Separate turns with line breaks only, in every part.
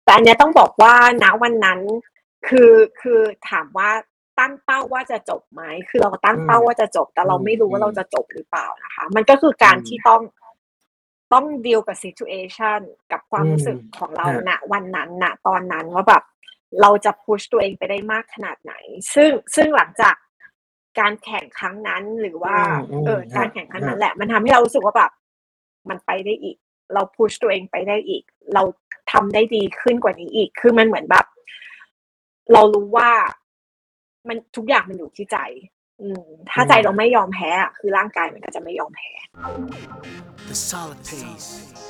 แต่อันเนี้ยต้องบอกว่าณวันนั้นคือคือถามว่าตั้งเป้าว่าจะจบไหมคือเราตั้ง
อืม
เป้าว่าจะจบแต่
อื
เราไม่รู้ว่าเรา
ม
จะจบหรือเปล่านะคะมันก็คือ
อื
การที่
ม
ต้องดีลกับ situation กับค
อื
วามรู้
ม
สึกของเรา
ครับ
ณวันนั้นณตอนนั้นว่าแบบเราจะพุชตัวเองไปได้มากขนาดไหนซึ่งหลังจากการแข่งครั้งนั้นหรือ
อื
ว่า
ครั
การ
บ
แข่งครั้ง
ครับ
นั้นแหละมันทำให้เรารู้สึกว่าแบบมันไปได้อีกเราพุชตัวเองไปได้อีกเราทำได้ดีขึ้นกว่านี้อีกคือมันเหมือนแบบเรารู้ว่ามันทุกอย่างมันอยู่ที่ใจ
อื
ถ้าใจเราไม่
ม
ยอมแพ้อะคือร่างกายมันก็จะไม่ยอมแพ้
The solid pace.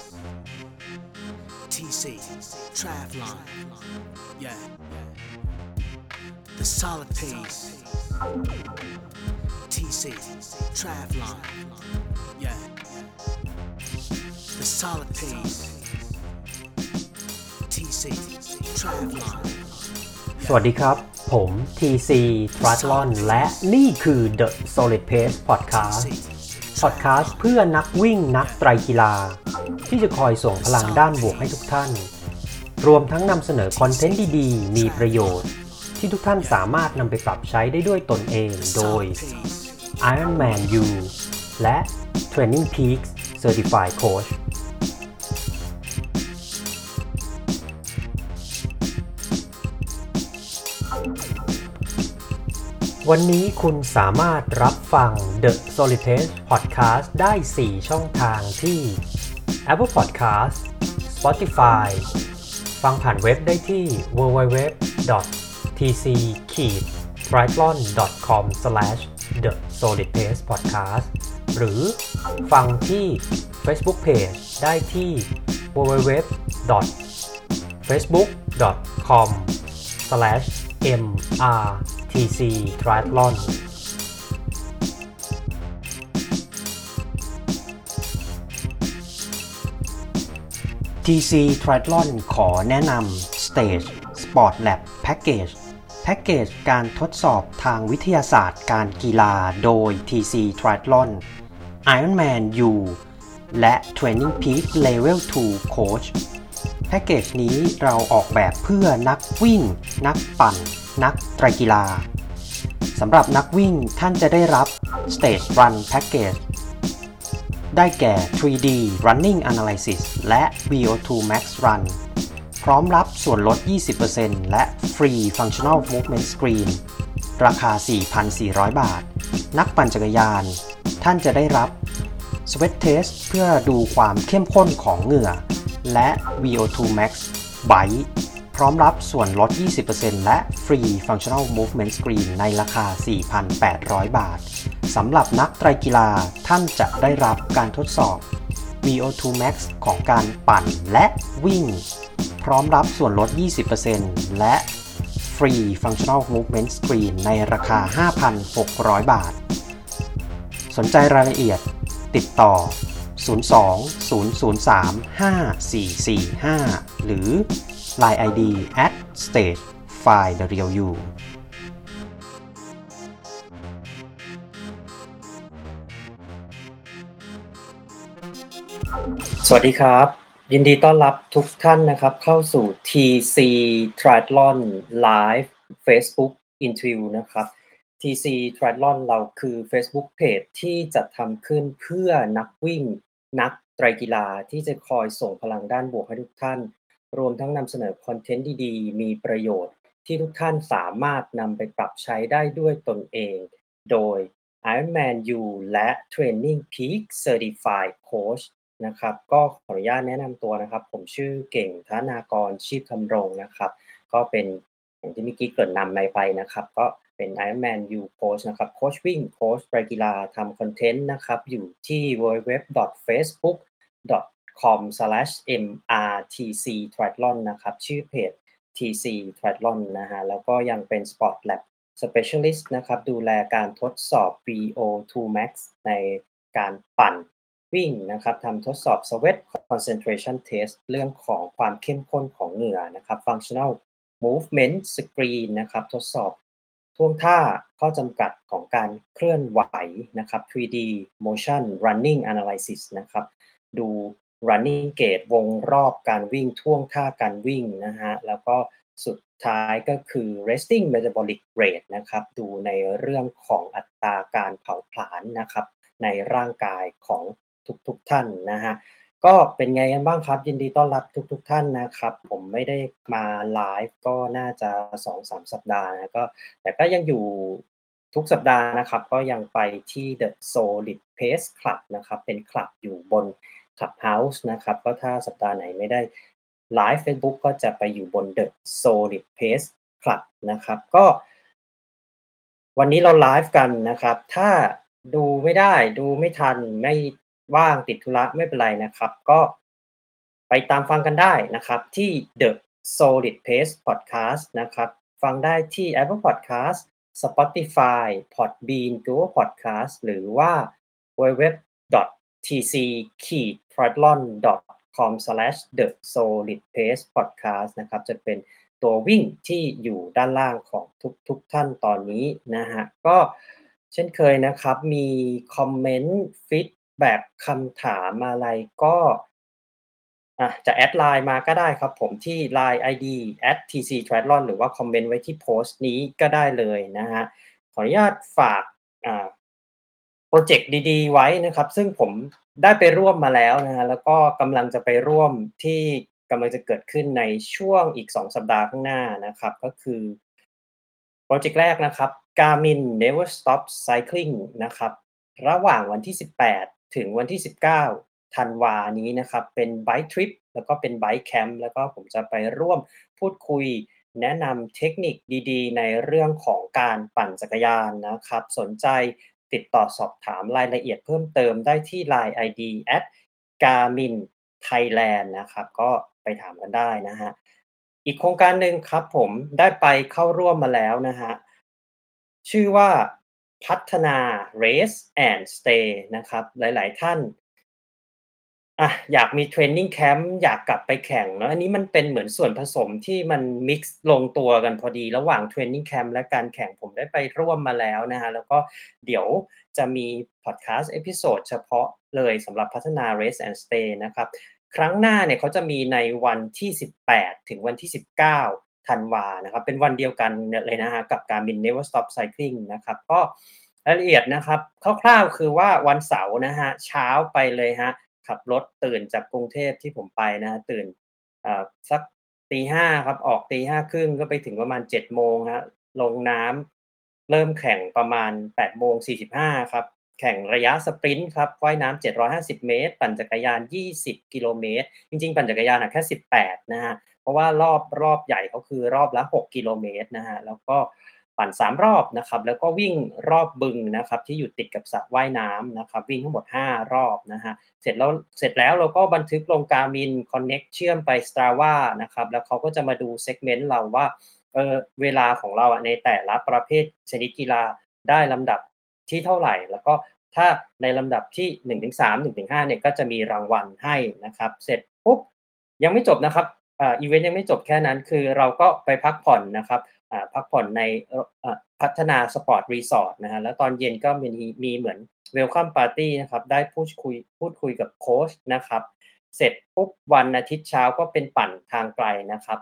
TC. Travlon. Yeah. The solid pace. TC. Travlon. Yeah. The solid pace. TC. Travlon.
สวัสดีครับ ผม TC Triathlon และนี่คือ The Solid Pace Podcast Podcast เพื่อนักวิ่งนักไตรกีฬาที่จะคอยส่งพลังด้านบวกให้ทุกท่านรวมทั้งนำเสนอคอนเทนต์ดีๆมีประโยชน์ที่ทุกท่านสามารถนำไปปรับใช้ได้ด้วยตนเองโดย Ironman U และ Training Peaks Certified Coachวันนี้คุณสามารถรับฟัง The Solid Pace Podcast ได้ 4 ช่องทางที่ Apple Podcast Spotify ฟังผ่านเว็บได้ที่ www.tc-triathlon.com/thesolidpacepodcast หรือฟังที่ Facebook Page ได้ที่ www.facebook.com/mrTC Triathlon TC Triathlon ขอแนะนำ Stage Sport Lab Package แพ็กเกจการทดสอบทางวิทยาศาสตร์การกีฬาโดย TC Triathlon Ironman U และ Training Peak Level 2 Coach แพ็กเกจนี้เราออกแบบเพื่อนักวิ่งนักปั่นนักไตรกีฬาสำหรับนักวิ่งท่านจะได้รับ Stage Run Package ได้แก่ 3D Running Analysis และ VO2 Max Run พร้อมรับส่วนลด 20% และ Free Functional Movement Screen ราคา 4,400 บาท นักปั่นจักรยานท่านจะได้รับ Sweat Test เพื่อดูความเข้มข้นของเหงื่อและ VO2 Max Bite พร้อมรับส่วนลด 20% และ Free Functional Movement Screen ในราคา 4,800 บาท สำหรับนักไตรกีฬาท่านจะได้รับการทดสอบ VO2 Max ของการปั่นและวิ่งพร้อมรับส่วนลด 20% และ Free Functional Movement Screen ในราคา 5,600 บาท สนใจรายละเอียดติดต่อ 02-003-5445 หรือ Line ID @stage_find_the_real_you
สวัสดีครับยินดีต้อนรับทุกท่านนะครับเข้าสู่ TC Triathlon Live Facebook Interview นะครับ TC Triathlon เราคือ Facebook Page ที่จัดทำขึ้นเพื่อนักวิ่งนักไตรกีฬาที่จะคอยส่งพลังด้านบวกให้ทุกท่านรวมทั้งนำเสนอคอนเทนต์ดีๆมีประโยชน์ที่ทุกท่านสามารถนำไปปรับใช้ได้ด้วยตนเองโดย Ironman U และ Training Peak Certified Coachนะครับก็ขออนุญาตแนะนำตัวนะครับผมชื่อเก่งธนากรชีพธำรงนะครับก็เป็นอย่างที่เมื่อกี้เกริ่นนำไปนะครับก็เป็น Ironman U Coach นะครับโค้ชวิ่งโค้ชไตรกีฬาทำคอนเทนต์นะครับอยู่ที่ www.facebook.com/mrtctriathlon นะครับชื่อเพจ TC Triathlon นะฮะแล้วก็ยังเป็น Sport Lab Specialist นะครับดูแลการทดสอบ VO2 Max ในการปั่นวิ่งนะครับทำทดสอบ Sweat Concentration Test เรื่องของความเข้มข้นของเหงื่อนะครับ Functional Movement Screen นะครับทดสอบท่วงท่าข้อจำกัดของการเคลื่อนไหวนะครับ 3D Motion Running Analysis นะครับดู running gate วงรอบการวิ่งท่วงท่าการวิ่งนะฮะแล้วก็สุดท้ายก็คือ resting metabolic rate นะครับดูในเรื่องของอัตราการเผาผลาญนะครับในร่างกายของทุกท่านนะฮะก็เป็นไงกันบ้างครับยินดีต้อนรับทุกท่านนะครับผมไม่ได้มาไลฟ์ก็น่าจะ 2-3 สัปดาห์นะก็แต่ก็ยังอยู่ทุกสัปดาห์นะครับก็ยังไปที่ The Solid Pace Club นะครับเป็นคลับอยู่บน Clubhouse นะครับก็ถ้าสัปดาห์ไหนไม่ได้ไลฟ์เฟซบุ๊กก็จะไปอยู่บน The Solid Pace Club นะครับก็วันนี้เราไลฟ์กันนะครับถ้าดูไม่ได้ดูไม่ทันไม่ว่างติดธุระไม่เป็นไรนะครับก็ไปตามฟังกันได้นะครับที่ The Solid Pace Podcast นะครับฟังได้ที่ Apple Podcast Spotify Podbean Google Podcast หรือว่า www.tctriathlon.com/thesolidpacepodcast นะครับจะเป็นตัววิ่งที่อยู่ด้านล่างของทุกท่านตอนนี้นะฮะก็เช่นเคยนะครับมีคอมเมนต์ฟีดแบ็กคำถามอะไรก็จะแอดไลน์มาก็ได้ครับผมที่ LINE ID @tctriathlon หรือว่าคอมเมนต์ไว้ที่โพสต์นี้ก็ได้เลยนะฮะขออนุญาตฝากโปรเจกต์ดีๆไว้นะครับซึ่งผมได้ไปร่วมมาแล้วนะฮะแล้วก็กำลังจะไปร่วมที่กำลังจะเกิดขึ้นในช่วงอีก2สัปดาห์ข้างหน้านะครับก็คือโปรเจกต์แรกนะครับ Garmin Never Stop Cycling นะครับระหว่างวันที่18ถึงวันที่19ธันวานี้นะครับเป็น Bike Trip แล้วก็เป็น Bike Camp แล้วก็ผมจะไปร่วมพูดคุยแนะนำเทคนิคดีๆในเรื่องของการปั่นจักรยานนะครับสนใจติดต่อสอบถามรายละเอียดเพิ่มเติมได้ที่ LINE ID @garminthailand นะครับก็ไปถามกันได้นะฮะอีกโครงการหนึ่งครับผมได้ไปเข้าร่วมมาแล้วนะฮะชื่อว่าพัฒนา Race and Stay นะครับหลายๆท่านอยากมีเทรนนิงแคมป์อยากกลับไปแข่งเนาะอันนี้มันเป็นเหมือนส่วนผสมที่มันมิกซ์ลงตัวกันพอดีระหว่างเทรนนิงแคมป์และการแข่งผมได้ไปร่วมมาแล้วนะคะแล้วก็เดี๋ยวจะมีพอดแคสต์เอพิโซดเฉพาะเลยสำหรับพัฒนา Race and Stay นะครับครั้งหน้าเนี่ยเขาจะมีในวันที่18ถึงวันที่19ธันวานะครับเป็นวันเดียวกันเลยนะครับกับ Garmin Never Stop Cycling นะครับก็รายละเอียดนะครับคร่าวๆคือว่าวันเสาร์นะครับเช้าไปเลยครับขับรถตื่นจากกรุงเทพที่ผมไปนะตื่นสักตีห้าครับออกตีห้าครึ่งก็ไปถึงประมาณ7โมงครับลงน้ำเริ่มแข่งประมาณ8โมง45ครับแข่งระยะสปรินต์ครับว่ายน้ำ750เมตรปั่นจักรยาน20กิโลเมตรจริงๆปั่นจักรยานแค่18นะฮะเพราะว่ารอบใหญ่เขาคือรอบละ6กิโลเมตรนะฮะแล้วก็ปั่น3รอบนะครับแล้วก็วิ่งรอบบึงนะครับที่อยู่ติดกับสระว่ายน้ำนะครับวิ่งทั้งหมด5รอบนะฮะเสร็จแล้วเราก็บันทึกลง Garmin Connect เชื่อมไป Strava นะครับแล้วเขาก็จะมาดู segment เราว่าเวลาของเราในแต่ละประเภทชนิดกีฬาได้ลำดับที่เท่าไหร่แล้วก็ถ้าในลำดับที่1-3 1-5เนี่ยก็จะมีรางวัลให้นะครับเสร็จปุ๊บยังไม่จบนะครับอีเวนต์ยังไม่จบแค่นั้นคือเราก็ไปพักผ่อนนะครับพักผ่อนในพัฒนาสปอร์ตรีสอร์ทนะฮะแล้วตอนเย็นก็มีเหมือน Welcome Party นะครับได้พูดคุยกับโคชนะครับเสร็จปุ๊บวันอาทิตย์เช้าก็เป็นปั่นทางไกลนะครับ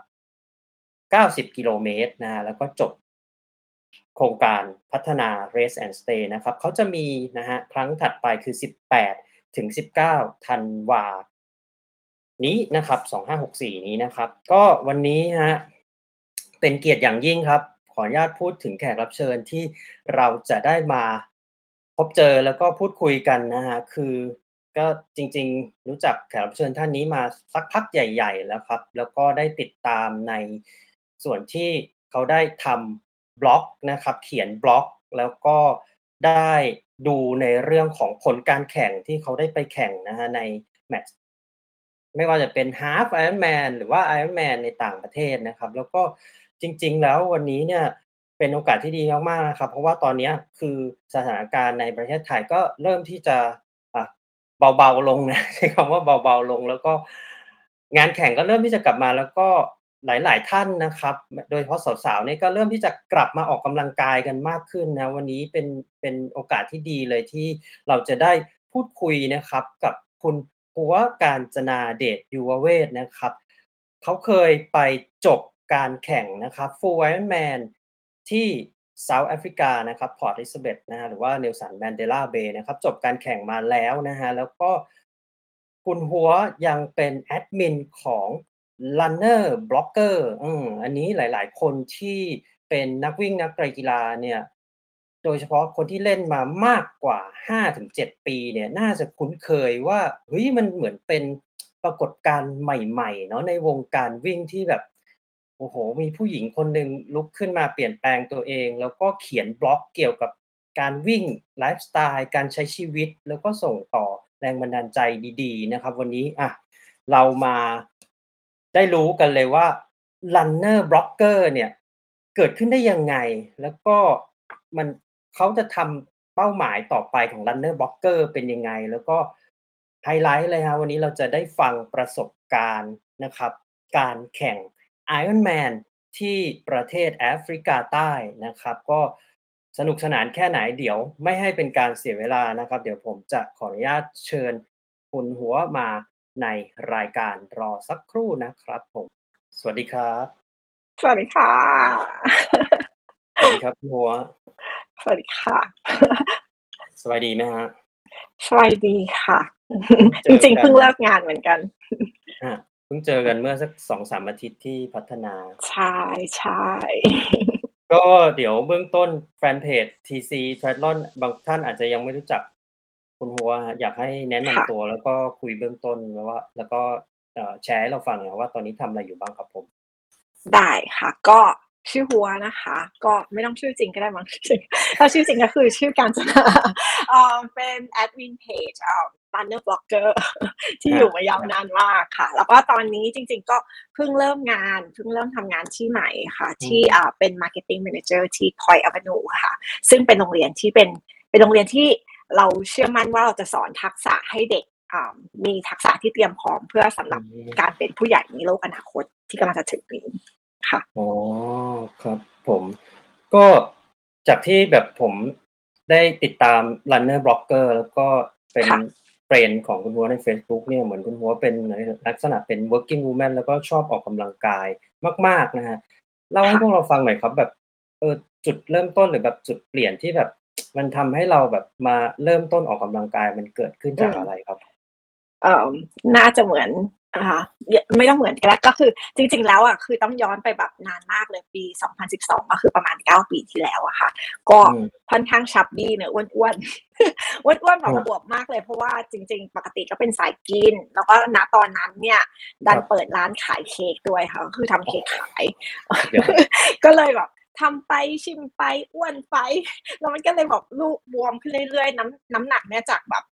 90กิโลเมตรนะฮะแล้วก็จบโครงการพัฒนา Race and Stay นะครับเขาจะมีนะฮะครั้งถัดไปคือ18ถึง19ธันวานี้นะครับ2564นี้นะครับก็วันนี้ครับเป็นเกียรติอย่างยิ่งครับขออนุญาตพูดถึงแขกรับเชิญที่เราจะได้มาพบเจอแล้วก็พูดคุยกันนะครับคือก็จริงๆรู้จักแขกรับเชิญท่านนี้มาสักพักใหญ่ๆแล้วครับแล้วก็ได้ติดตามในส่วนที่เขาได้ทำบล็อกนะครับเขียนบล็อกแล้วก็ได้ดูในเรื่องของผลการแข่งที่เขาได้ไปแข่งนะครับในแมตช์ ไม่ว่าจะเป็น Half Ironman หรือว่า Ironman ในต่างประเทศนะครับแล้วก็จริงๆแล้ววันนี้เนี่ยเป็นโอกาสที่ดีมากๆนะครับเพราะว่าตอนเนี้ยคือสถานการณ์ในประเทศไทยก็เริ่มที่จะอ่าเบาๆลงนะใช้คำว่าเบาๆลงแล้วก็งานแข่งก็เริ่มที่จะกลับมาแล้วก็หลายๆท่านนะครับโดยเฉพาะสาวๆเนี่ยก็เริ่มที่จะกลับมาออกกำลังกายกันมากขึ้นนะวันนี้เป็นโอกาสที่ดีเลยที่เราจะได้พูดคุยนะครับกับคุณหัวกาญจนาเดชยุวเวศนะครับเขาเคยไปจบการแข่งนะครับ Full Ironman ที่เซาท์แอฟริกานะครับพอร์ต Elizabeth นะฮะหรือว่า Nelson Mandela Bay นะครับจบการแข่งมาแล้วนะฮะแล้วก็คุณหัวยังเป็นแอดมินของ Runner Blogger อันนี้หลายๆคนที่เป็นนักวิ่งนักไตรกีฬาเนี่ยโดยเฉพาะคนที่เล่นมามากกว่า 5-7 ปีเนี่ยน่าจะคุ้นเคยว่าเฮ้ยมันเหมือนเป็นปรากฏการณ์ใหม่ๆเนาะในวงการวิ่งที่แบบโอ้โฮมีผู้หญิงคนหนึ่งลุกขึ้นมาเปลี่ยนแปลงตัวเองแล้วก็เขียนบล็อกเกี่ยวกับการวิ่งไลฟ์สไตล์การใช้ชีวิตแล้วก็ส่งต่อแรงบันดาลใจดีๆนะครับวันนี้เรามาได้รู้กันเลยว่า Runner Blogger เนี่ยเกิดขึ้นได้ยังไงแล้วก็มันเขาจะทำเป้าหมายต่อไปของ Runner Blogger เป็นยังไงแล้วก็ไฮไลต์เลยครับวันนี้เราจะได้ฟังประสบการณ์นะครับการแข่ง Ironman ที่ประเทศแอฟริกาใต้นะครับก็สนุกสนานแค่ไหนเดี๋ยวไม่ให้เป็นการเสียเวลานะครับเดี๋ยวผมจะขออนุญาตเชิญคุณหัวมาในรายการรอสักครู่นะครับผมสวัสดีครับ
สวัสดีค่ะ
สวัสดีครับคุณหัว
สวัสดีค่ะ
สบายดีไหมครับ
สบายดีค่ะ
เจ
จ
อ
ริงๆ
กั
เพิ่
น
งเลิกงานเหมือนกัน
เพิ่งเจอกันเมื่อสัก 2-3 อาทิตย์ที่พัฒนา
ใช่
ก็เดี๋ยวเบื้องต้นแฟนเพจ TC Triathlon บางท่านอาจจะยังไม่รู้จักคุณหัวอยากให้แนะ
ๆ ค่ะ
นำตัวแล้วก็คุยเบื้องต้นแล้วก็แชร์ให้เราฟังหน่อยว่าตอนนี้ทำอะไรอยู่บ้างครับผม
ได้ค่ะ ก็ชื่อหัวนะคะ ก็ไม่ต้องชื่อจริงก็ได้มั้ง ถ้าชื่อจริงก็คือชื่อกาญจนา เป็นแอดมินเพจRunner Blogger ที่อยู่มายาวนานมากค่ะ แล้วก็ตอนนี้จริงๆก็เพิ่งเริ่มทำงานที่ใหม่ค่ะ ที่เป็น Marketing Manager ที่ Point Avenue ค่ะ ซึ่งเป็นโรงเรียนที่เป็นโรงเรียนที่เราเชื่อมั่นว่าเราจะสอนทักษะให้เด็กมีทักษะที่เตรียมพร้อมเพื่อสำหรับการเป็นผู้ใหญ่ในโลกอนาคตที่กำลังจะถึงนี้ค่ะ
อ๋อครับผมก็จากที่แบบผมได้ติดตาม Runner Blogger แล้วก็เป็น
ค่ะ
เฟรนด์ของคุณหัวในเฟซบุ๊กเนี่ยเหมือนคุณหัวเป็นลักษณะเป็น working woman แล้วก็ชอบออกกำลังกายมากๆนะครับเล่าให้
ค่ะ
พวกเราฟังหน่อยครับแบบจุดเริ่มต้นหรือแบบจุดเปลี่ยนที่แบบมันทำให้เราแบบมาเริ่มต้นออกกำลังกายมันเกิดขึ้นจากอะไรครับ
น่าจะเหมือนไม่ต้องเหมือนก็ได้ก็คือจริงๆแล้วอะคือต้องย้อนไปแบบนานมากเลยปี 2012 ก็คือประมาณ 9 ปีที่แล้วอะค่ะ ก็ค่อนข้างชับบี้เนอะอ้วนๆ อ้วนๆแบบอวบมากเลยเพราะว่าจริงๆ ปกติก็เป็นสายกิน แล้วก็ณตอนนั้นเนี่ยดันเปิดร้านขายเค้กด้วยค่ะ ก็คือทำเค้กขาย ก็เลยแบบทำไปชิมไปอ้วนไป แล้วมันก็เลยแบบลูกบวมขึ้นเรื่อยๆน้ำหนักเนี่ยจากแบบ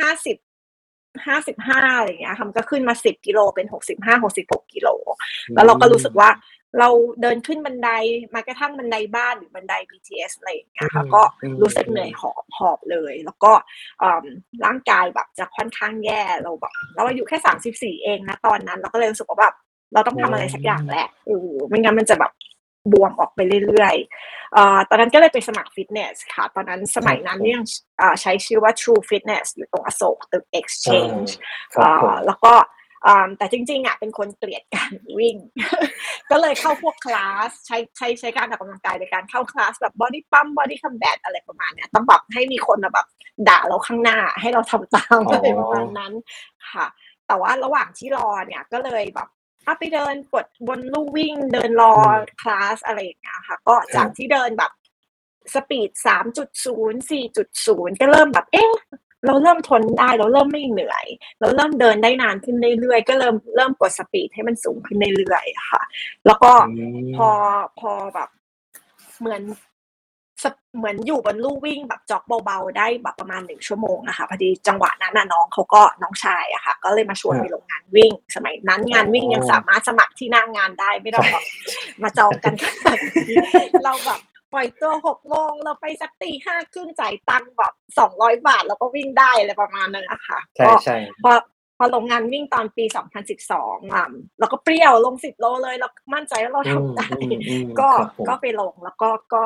55อะไรอย่างเงี้ยค่ะมันก็ขึ้นมา10กิโลเป็น65-66กิโลแล้วเราก็รู้สึกว่าเราเดินขึ้นบันไดแม้กระทั่งบันไดบ้านหรือบันได BTS อะไรอย่างเงี้ยค่ะก็รู้สึกเหนื่อยหอบเลยแล้วก็ร่างกายแบบจะค่อนข้างแย่เราอายุแค่34เองนะตอนนั้นเราก็เลยรู้สึกว่าแบบเราต้องทำอะไรสักอย่างแหละไม่งั้นมันจะแบบบวมออกไปเรื่อยๆตอนนั้นก็เลยไปสมัครฟิตเนสค่ะตอนนั้นสมัยนั้นยังใช้ชื่อว่า True Fitness อยู่ตรงอโศกตึก Exchange แล้วก็แต่จริงๆอ่ะเป็นคนเกลียดการวิ่ง ก็เลยเข้าพวกคลาสใช้การออกกำลังกายในการเข้าคลาสแบบ body pump body combat อะไรประมาณเนี้ยต้องแบบให้มีคนมาแบบด่าเราข้างหน้าให้เราทำตามอะไรประมาณนั้นค่ะแต่ว่าระหว่างที่รอเนี่ยก็เลยแบบไปเดินกดบนลู่วิ่งเดินรอคลาสอะไรอย่างเงี้ยค่ะก็จากที่เดินแบบสปีด 3.0 4.0 ก็เริ่มแบบเราเริ่มทนได้เราเริ่มไม่เหนื่อยเราเริ่มเดินได้นานขึ้นเรื่อยๆก็เริ่มกดสปีดให้มันสูงขึ้นเรื่อยๆค่ะแล้วก็พอแบบเหมือนอยู่บนลู่วิ่งแบบจ็อกเบาๆได้แบบประมาณ1ชั่วโมงอะค่ะพอดีจังหวะนั้นน่ะน้องชายอะค่ะก็เลยมาชวนไปลงงานวิ่งสมัยนั้นงานวิ่งยังสามารถสมัครที่หน้างานได้ไม่ต้องแบบมาจองกันเราแบบปล่อยตัว6โมงเราไปสัก 5:30 จ่ายตังค์แบบ200 บาทแล้วก็วิ่งได้อะไรประมาณนั้นอะค่ะก็พอลงงานวิ่งตอนปี 2012เราก็เปรี้ยวลง10โลเลยเรามั่นใจว่าเราทำได้ก็ไปลงแล้วก็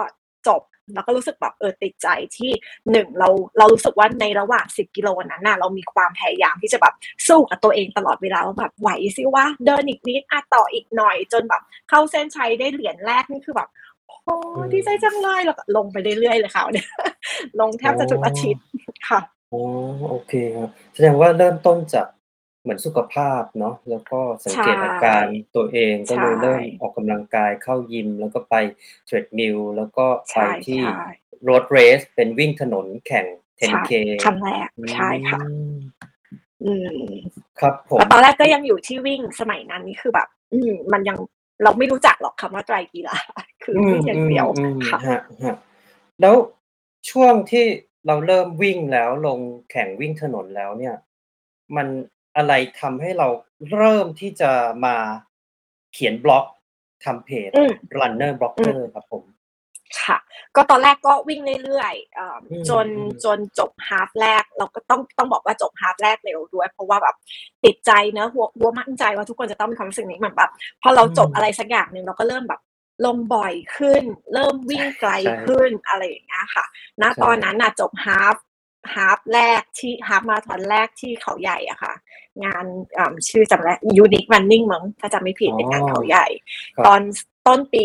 จบแล้วก็รู้สึกแบบติดใจที่1เรารู้สึกว่าในระหว่าง10 กิโลนั้นน่ะเรามีความพยายามที่จะแบบสู้กับตัวเองตลอดเวลาว่าแบบไหวสิวะเดินอีกนิดต่ออีกหน่อยจนแบบเข้าเส้นชัยได้เหรียญแรกนี่คือแบบโอ้ดีใจจังเลยแล้วก็ลงไปเรื่อยๆเลยค่ะเนี่ย ลงแทบจะทุกอาทิตย์ค่ะ
อ๋อโอเคครับแสดงว่าเริ่มต้นจากเหมือนสุขภาพเนาะแล้วก็สัง
ใช่
เกตอาการตัวเองก็
ใช่
เลยเริ่มออกกำลังกายเข้ายิมแล้วก็ไป treadmill แล้วก็ไป
ใช่
ที่
ใช่
road race เป็นวิ่งถนนแข่ง
ใช่
10K
ครั้งแรก
อื
ใช่ค่ะ
ม
อืม
ครับผม
แล้วตอนแรกก็ยังอยู่ที่วิ่งสมัยนั้นนี่คือแบบมันยังเราไม่รู้จักหรอกคำว่าไตรกีฬา คือวิ่งอย่างเดียวค่ะ
ครับแล้วช่วงที่เราเริ่มวิ่งแล้วลงแข่งวิ่งถนนแล้วเนี่ยมันอะไรทำให้เราเริ่มที่จะมาเขียนบล็อกทำเพจ
อืม
Runner
อืม
Blogger ครับผม
ค่ะก็ตอนแรกก็วิ่งเรื่อยๆจน
อืม
จบฮาล์ฟแรกเราก็ต้องบอกว่าจบฮาล์ฟแรกเร็วด้วยเพราะว่าแบบติดใจเนอะหัวมั่นใจว่าทุกคนจะต้องมีความรู้สึกนี้เหมือนแบบพอเราจบอะไรสักอย่างหนึ่งเราก็เริ่มแบบลงบ่อยขึ้นเริ่มวิ่งไกล
ใช่
ขึ้นอะไรอย่างเงี้ยค่ะณ
ใช่
ตอนนั้นน่ะจบฮาล์ฟแรกที่ฮาล์ฟมาราธอนแรกที่เขาใหญ่อะค่ะงานชื่อจำไม่ได้ Unique Running มั้งถ้าจำไม่ผิด
อ๋อ
เป็นงานเขาใหญ่
ครับ
ตอนต้นปี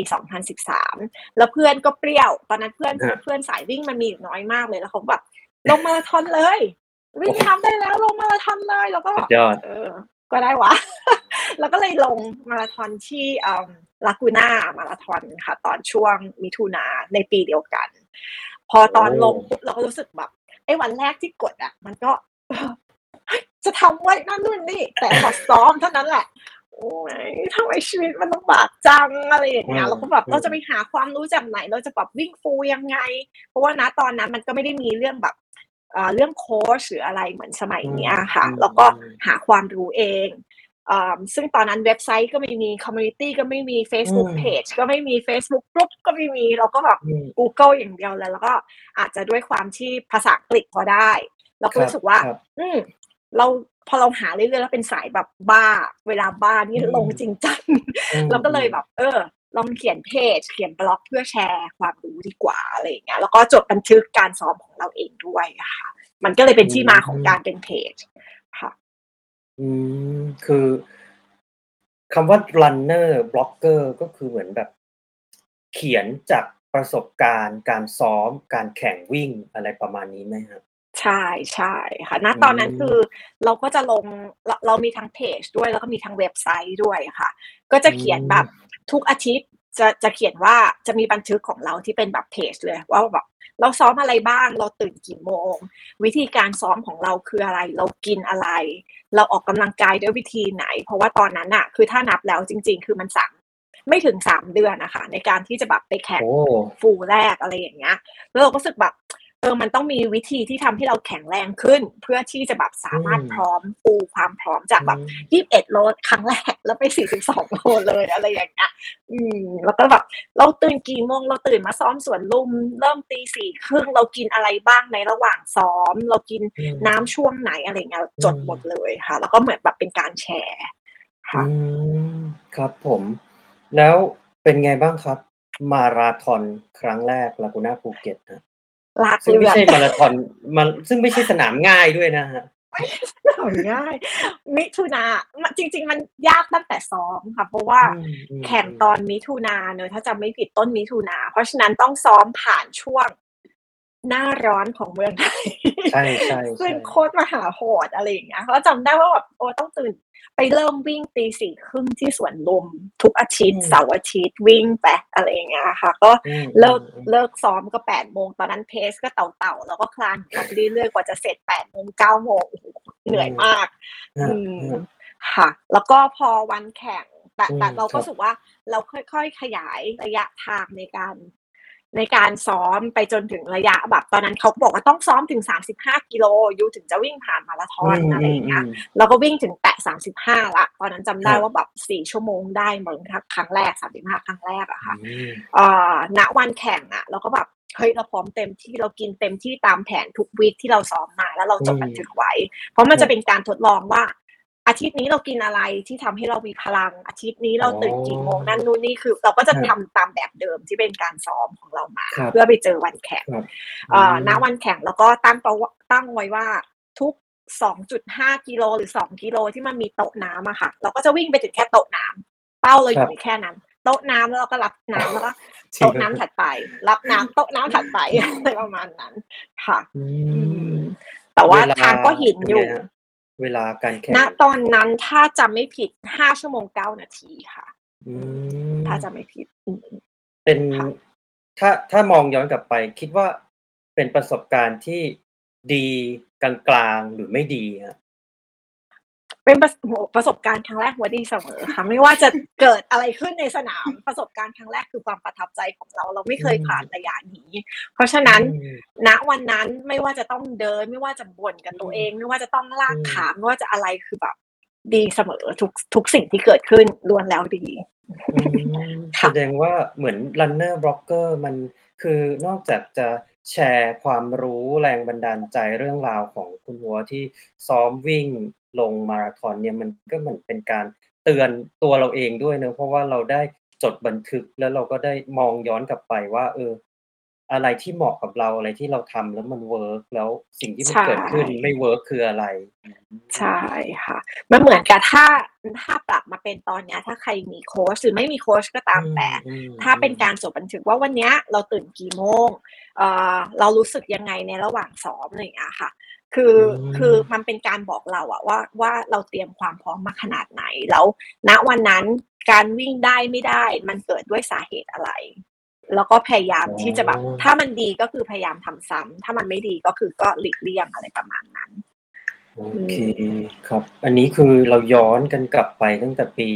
2013 แล้วเพื่อนก็เปรี้ยวตอนนั้นเพื่
ครับ
อนสายวิ่งมันมีอยู่น้อยมากเลยแล้วเขาแบบลงมาราธอนเลยวิ่งทำได้แล้วลงมาราธอนเลยแล้วก็
สุดยอด
ก็ได้วะ แล้วก็เลยลงมาราธอนที่ลากูน่ามาราธอนค่ะตอนช่วงมิถุนาในปีเดียวกันพอตอนลงปุ๊บเราก็รู้สึกแบบไอ้วันแรกที่กดอะมันก็จะทำไว้นั่นนู่นนี่แต่พอซ้อมเท่านั้นแหละโอ้ยทำไมชีวิตมันลำบากจังอะไรอย่างเงี้ยเราก็แบบเราจะไปหาความรู้จากไหนเราจะแบบวิ่งฟูลยังไงเพราะว่าณตอนนั้นมันก็ไม่ได้มีเรื่องแบบเรื่องโค้ชหรืออะไรเหมือนสมัยเนี้ยค่ะแล้วก็หาความรู้เองซึ่งตอนนั้นเว็บไซต์ก็ไม่มีคอมมูนิตีก็ไม่มี Facebook Page ก็ไม่มี Facebook Group ก็ไม่มีเราก็แบบ Google อย่างเดียวเลยแล้วก็อาจจะด้วยความที่ภาษาอังกฤษพอได้เราก็รู้สึกว่าเราพอเราหาเรื่อยๆแล้วเป็นสายแบบบ้าเวลาบ้านี่ลงจริงจังเราก็เลยแบบลองเขียนเพจเขียนบล็อกเพื่อแชร์ความรู้ดีกว่าอะไรอย่างเงี้ยแล้วก็จดบันทึกการซ้อมของเราเองด้วยอะค่ะมันก็เลยเป็นที่มาของการเป็นเพจค่ะ
คือคำว่า runner blogger ก็คือเหมือนแบบเขียนจากประสบการณ์การซ้อมการแข่งวิ่งอะไรประมาณนี้ไหมครับ
ใช่ใช่ค่ะณตอนนั้นคือเราก็จะลงเรามีทั้งเพจด้วยแล้วก็มีทั้งเว็บไซต์ด้วยค่ะก็จะเขียนแบบทุกอาทิตย์จะเขียนว่าจะมีบันทึกของเราที่เป็นแบบเพจเลยว่าแบบเราซ้อมอะไรบ้างเราตื่นกี่โมงวิธีการซ้อมของเราคืออะไรเรากินอะไรเราออกกำลังกายด้วยวิธีไหนเพราะว่าตอนนั้นน่ะคือถ้านับแล้วจริงๆคือมันไม่ถึง3 เดือนน่ะค่ะในการที่จะแบบไปแข่งฟูลแรกอะไรอย่างเงี้ยแล้วเราก็รู้สึกแบบมันต้องมีวิธีที่ทำให้เราแข็งแรงขึ้นเพื่อที่จะแบบสามารถพร้อมฟูลความพร้อมจากแบบ21 โลครั้งแรกแล้วไป42 โลเลยอะไรอย่างเงี้ยแล้วก็แบบเราตื่นกี่โมงเราตื่นมาซ้อมสวนลุมเริ่มตี 4:30เรากินอะไรบ้างในระหว่างซ้อมเรากินน้ำช่วงไหนอะไรอย่างเงี้ยจดหมดเลยค่ะแล้วก็เหมือนแบบเป็นการแชร์ค่ะ
ครับผมแล้วเป็นไงบ้างครับมาราธอนครั้งแรก Laguna ภูเก็ตครับ
ลาก
ซึ่ง
เลือด
ไม่ใช่มาราธอนซึ่งไม่ใช่สนามง่ายด้วยนะครับ
ไม่ใช่ง่ายมิถุนาจริงๆมันยากตั้งแต่ซ้อมค่ะเพราะว่าแข่งตอนมิถุนาเนอะถ้าจำไม่ผิดต้นมิถุนาเพราะฉะนั้นต้องซ้อมผ่านช่วงหน้าร้อนของเมืองไทย
ใช่ๆ
ซึ่งโคตรมหาโหดอะไรอย่างเงี้ยเพราะจำได้ว่าแบบต้องตื่นไปเริ่มวิ่งตี 4:30ที่สวนลุมทุกอาทิตย์เสาร์อาทิตย์วิ่งไปอะไรอย่างเงี้ยค่ะก็เลิกซ้อมก็8 โมงตอนนั้นเพซก็เต่าๆแล้วก็คลานของเราไปเรื่อยๆกว่าจะเสร็จ8 โมง9 โมงโอ้โฮเหนื่อยมากค่ะแล้วก็พอวันแข่งแต่เราก็รู้สึกว่าเราค่อยๆขยายระยะทางในการซ้อมไปจนถึงระยะแบบตอนนั้นเขาก็บอกว่าต้องซ้อมถึง35 กิโลยูถึงจะวิ่งผ่านมาราธอนอะไรอย่างเงี้ยเราก็วิ่งถึงแตะ35แล้วตอนนั้นจำได้ว่าแบบ4 ชั่วโมงได้มั้งครั้งแรก35ครั้งแรกอะค่ะณวันแข่งอะเราก็แบบเฮ้ยเราพร้อมเต็มที่เรากินเต็มที่ตามแผนทุกวีคที่เราซ้อมมาแล้วเราจดบันทึกไว้เพราะมันจะเป็นการทดลองว่าอาทิตย์นี้เรากินอะไรที่ทำให้เรามีพลังอาทิตย์นี้เราตื่นกี่โมง
อ๋อ
นั่นนู่นนี่คือ เราก็จะ
ครับ
ทำตามแบบเดิมที่เป็นการซ้อมของเรามา
ครับ
เพื่อไปเจอวันแข่ง
ครับ
ณวันแข่งแล้วก็ตั้งไว้ว่าทุก 2.5 กิโลหรือ 2 กิโลที่มันมีโต๊ะน้ำอะค่ะ เราก็จะวิ่งไปถึงแค่โต๊ะน้ำเป้าเราอ
ครั
ยู่
บ
ในแค่นั้น โต๊ะน้ำแล้วเราก็รับน้ำแล้วก็
จริง
โต๊ะน้ำถัดไป รับน้ำโต๊ะน้ำถัดไป อะไรประมาณนั้นค่ะ
อื
อื
ม
ม แต่ว่า
เวลา
ทางก็หิน
เป็น
อ
ไง
ยู่
ครับ เวลาการแข่
ณ
ง
ตอนนั้นถ้าจำไม่ผิด 5 ชั่วโมง 9 นาทีค่ะ
อื
ถ้าม จำไม่ผิด
เป็น
ค่ะ
ถ้ามองย้อนกลับไปคิดว่าเป็นประสบการณ์ที่ดีกลางๆหรือไม่ดีครับ?
เป็นประสบการณ์ครั้งแรกว่าดีเสมอค่ะ ไม่ว่าจะเกิดอะไรขึ้นในสนาม ประสบการณ์ครั้งแรกคือความประทับใจของเรา เราไม่เคยผ่านระยะนี้ เพราะฉะนั้น
อืม
ณ วันนั้นไม่ว่าจะต้องเดิน ไม่ว่าจะบ่นกับตัวเอง ไม่ว่าจะต้องลากขา ไม่ว่าจะอะไรคือแบบดีเสมอ ทุกสิ่งที่เกิดขึ้นล้วนแล้วดี
อืม
ค
แส่ ดงว่าเหมือน Runner Blocker มันคือนอกจากจะแชร์ความรู้แรงบันดาลใจเรื่องราวของคุณหัวที่ซ้อมวิ่งลงมาราธอนเนี่ย มันก็เหมือนเป็นการเตือนตัวเราเองด้วยเนาะ เพราะว่าเราได้จดบันทึก แล้วเราก็ได้มองย้อนกลับไปว่า อะไรที่เหมาะกับเรา อะไรที่เราทำแล้วมันเวิร์ก แล้วสิ่งที่มั
ใช
นเกิดขึ้นไม่
่
เวิร์กคืออะไร?
ใช่ค่ะ มันเหมือนกับถ้าปรับมาเป็นตอนเนี้ย ถ้าใครมีโคชหรือไม่มีโคชก็ตามแต่ ถ้าเป็นการจดบันทึกว่าวันเนี้ยเราตื่นกี่โมง เรารู้สึกยังไงในระหว่างซ้อม อะไรอย่างเงี้ยค่ะ คือมันเป็นการบอกเราอะว่าเราเตรียมความพร้อมมาขนาดไหน แล้ว ณ วันนั้นการวิ่งได้ไม่ได้มันเกิดด้วยสาเหตุอะไร แล้วก็พยายาม
อ๋อ
ที่จะแบบ ถ้ามันดีก็คือพยายามทำซ้ำ ถ้ามันไม่ดีก็คือก็หลีกเลี่ยง อะไรประมาณนั้น
โอเคครับ อันนี้คือเราย้อนกันกลับไปตั้งแต่ปี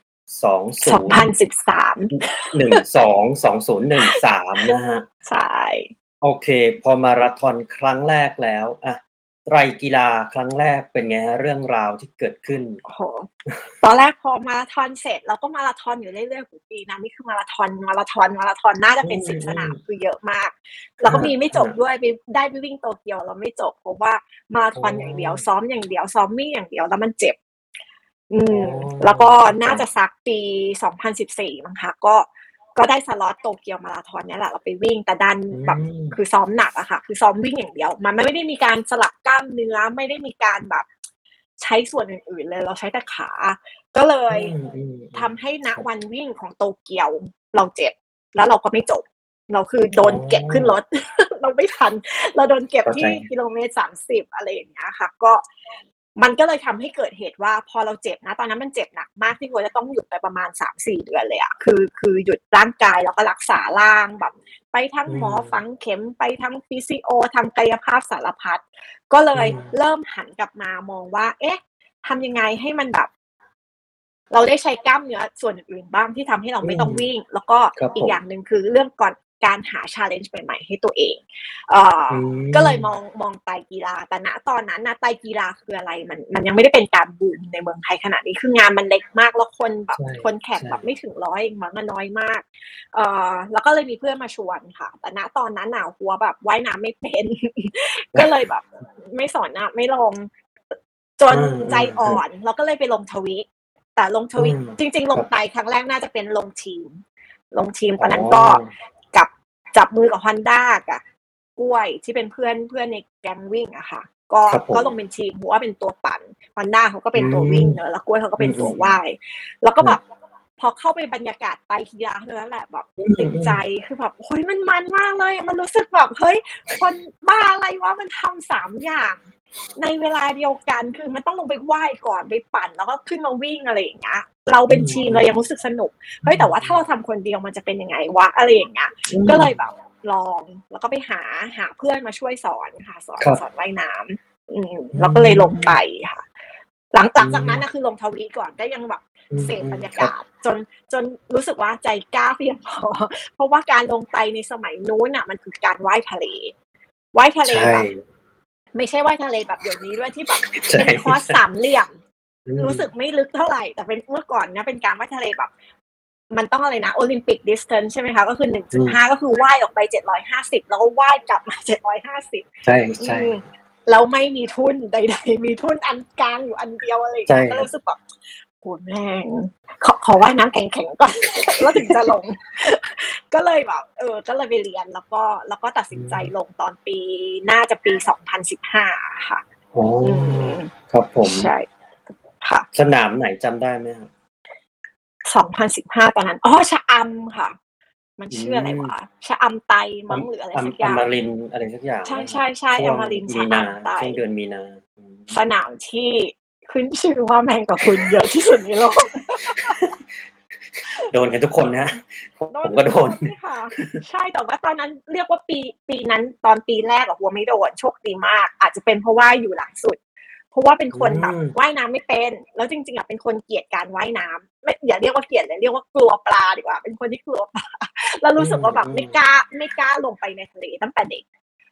2013
2013 นะครับ
ใช่
โอเค พอมาราธอนครั้งแรกแล้ว ไตรกีฬาครั้งแรกเป็นไงครับ เรื่องราวที่เกิดขึ้น?
โอ้โฮ ตอนแรกพอมาราธอนเสร็จ เราก็มาราธอนอยู่เรื่อยๆ โอ้โฮ ปีนั้นนี่คือมาราธอนน่าจะเป็น 10 สนาม คือเยอะมาก แล้วก็มีไม่จบด้วย ได้ไปวิ่งโตเกียวแล้วไม่จบ เพราะว่ามาราธอนอย่างเดียว ซ้อมอย่างเดียว ซ้อมวิ่งอย่างเดียว แล้วมันเจ็บ แล้วก็น่าจะสักปี 2014 มั้งคะ ก็ได้สล็อตโตเกียวมาราธอนเนี่ยแหละ เราไปวิ่ง แต่ดันแบบ คือซ้อมหนักอะค่ะ คือซ้อมวิ่งอย่างเดียว มันไม่ได้มีการสลับกล้ามเนื้อ ไม่ได้มีการแบบใช้ส่วนอื่น ๆ เลย เราใช้แต่ขา ก็เลยทำให้ณวันวิ่งของโตเกียวเราเจ็บ แล้วเราก็ไม่จบ เราคือโดนเก็บขึ้นรถ เราไม่ทัน เราโดนเก็บ
เข้า
ที่
ใจ
กิโลเมตร 30 อะไรอย่างเงี้ยค่ะ ก็ มันก็เลยทำให้เกิดเหตุว่า พอเราเจ็บนะ ตอนนั้นมันเจ็บหนักมากที่หัวจะต้องหยุดไปประมาณ 3-4 เดือนเลยอะ คือหยุดร่างกายแล้วก็รักษาร่างแบบไปทั้งหมอฝังเข็ม ไปทั้ง physio ทำกายภาพสารพัด ก็เลยเริ่มหันกลับมามองว่า เอ๊ะ ทำยังไงให้มันแบบ เราได้ใช้กล้ามเนื้อส่วนอื่น ๆ บ้างที่ทำให้เราไม่ต้องวิ่ง แล้วก็
ครับ
อี
ผ
ก
ม
อย่างหนึ่งคือเรื่องการหา challenge ใหม่ ๆ ให้ตัวเอง ก็เลยมองไตรกีฬา แต่ณตอนนั้นน่ะไตรกีฬาคืออะไร มันยังไม่ได้เป็นการบูมในเมืองไทยขนาดนี้ คืองานมันเล็กมาก แล้วคนแบบ
ใช่
คนแข่ง
ใช่
แบบไม่ถึง 100 เองมั้ง น้อยมาก แล้วก็เลยมีเพื่อนมาชวนค่ะ แต่ณตอนนั้นน่ะหัวแบบว่ายน้ำไม่เป็น ก็เลยแบบไม่สนอะ ไม่ลง จนใจอ่อน เราก็เลยไปลงทวิต แต่ลงทวิต จริง ๆ ลงไตรครั้งแรกน่าจะเป็นลงทีม ตอนนั้นก็จับมือกับ Honda กับกล้วยที่เป็นเพื่อนในแก๊งวิ่งอะค่ะ ก็ลงเป็นทีม หัวเป็นตัวปั่น Honda เขาก็เป็นตัววิ่งเนาะ แล้วกล้วยเขาก็เป็นตัวว่าย แล้วก็แบบพอเข้าไปบรรยากาศไตรกีฬาเท่านั้นแหละแบบติดใจ คือแบบ โอ้โฮ มันมากเลย มันรู้สึกแบบ เฮ้ย คนบ้าอะไรวะ มันทำ 3 อย่างในเวลาเดียวกัน คือมันต้องลงไปว่ายก่อน ไปปั่น แล้วก็ขึ้นมาวิ่ง อะไรอย่างเงี้ย เราเป็นทีมเรายังรู้สึกสนุก เฮ้ย แต่ว่าถ้าเราทำคนเดียวมันจะเป็นยังไงวะ อะไรอย่างเงี้ย ก็เลยแบบลอง แล้วก็ไปหาเพื่อนมาช่วยสอนค่ะ สอนว่ายน้ำ เราก็เลยลงไปค่ะ หลังจากนั้นน่ะคือลงทวีตก่อน ก็ยังแบบเสพบรรยากาศ จนรู้สึกว่าใจกล้าเพียงพอ เพราะว่าการลงไตรในสมัยนู้นน่ะมันคือการว่ายทะเล ว่ายทะเลแบบ ไม่ใช่ว่ายทะเลแบบเดี๋ยวนี้ด้วยที่แบบเป็นคอร์สสามเหลี่ยม รู้สึกไม่ลึกเท่าไร แต่เป็นเมื่อก่อนนะเป็นการว่ายทะเลแบบ มันต้องอะไรนะ Olympic distance ใช่ไหมคะ ก็คือ 1.5 ก็คือว่ายออกไป 750 แล้วก็ว่ายกลับมา 750
ใช่ ๆ
แล้วไม่มีทุนใดๆมีทุนอันกลางอยู่อันเดียวอะไรอย่างเงี้ยก็รู้สึกแบบโหแม่งขอว่ายน้ำแข็งๆก่อน แล้วถึงจะลง ก็เลยแบบก็เลยไปเรียนแล้วก็ตัดสินใจลงตอนปีน่าจะปี2015ค่ะ
โอ้ครับผม
ใช่ค่ะ
สนามไหนจำได้ไหมครับ
2015ตอนนั้นชะอำค่ะมันชื่ออะไรวะชะอำไตมั้งหรืออะไรสักอย่าง
อมรินทร์อะไรสักอย่าง
ใช่อมรินทร์ชะอำไต
ช่วงเดือนมีนา
สนามที่ขึ้นชื่อว่าแมงกะพรุนเยอะที่สุดในโลก
โดนกันทุกคนนะผมก็โดน
ค่ะใช่แต่ว่าตอนนั้นเรียกว่าปีนั้นตอนปีแรกหัวไม่โดนโชคดีมากอาจจะเป็นเพราะว่าอยู่หลังสุดเพราะว่าเป็นคนแบบว่ายน้ำไม่เป็นแล้วจริงๆเป็นคนเกลียดการว่ายน้ำไม่อย่าเรียกว่าเกลียดเลยเรียกว่ากลัวปลาดีกว่าเป็นคนที่กลัวปลาแล้วรู้สึกว่าแบบไม่กล้าลงไปในทะเลตั้งแต่เด็ก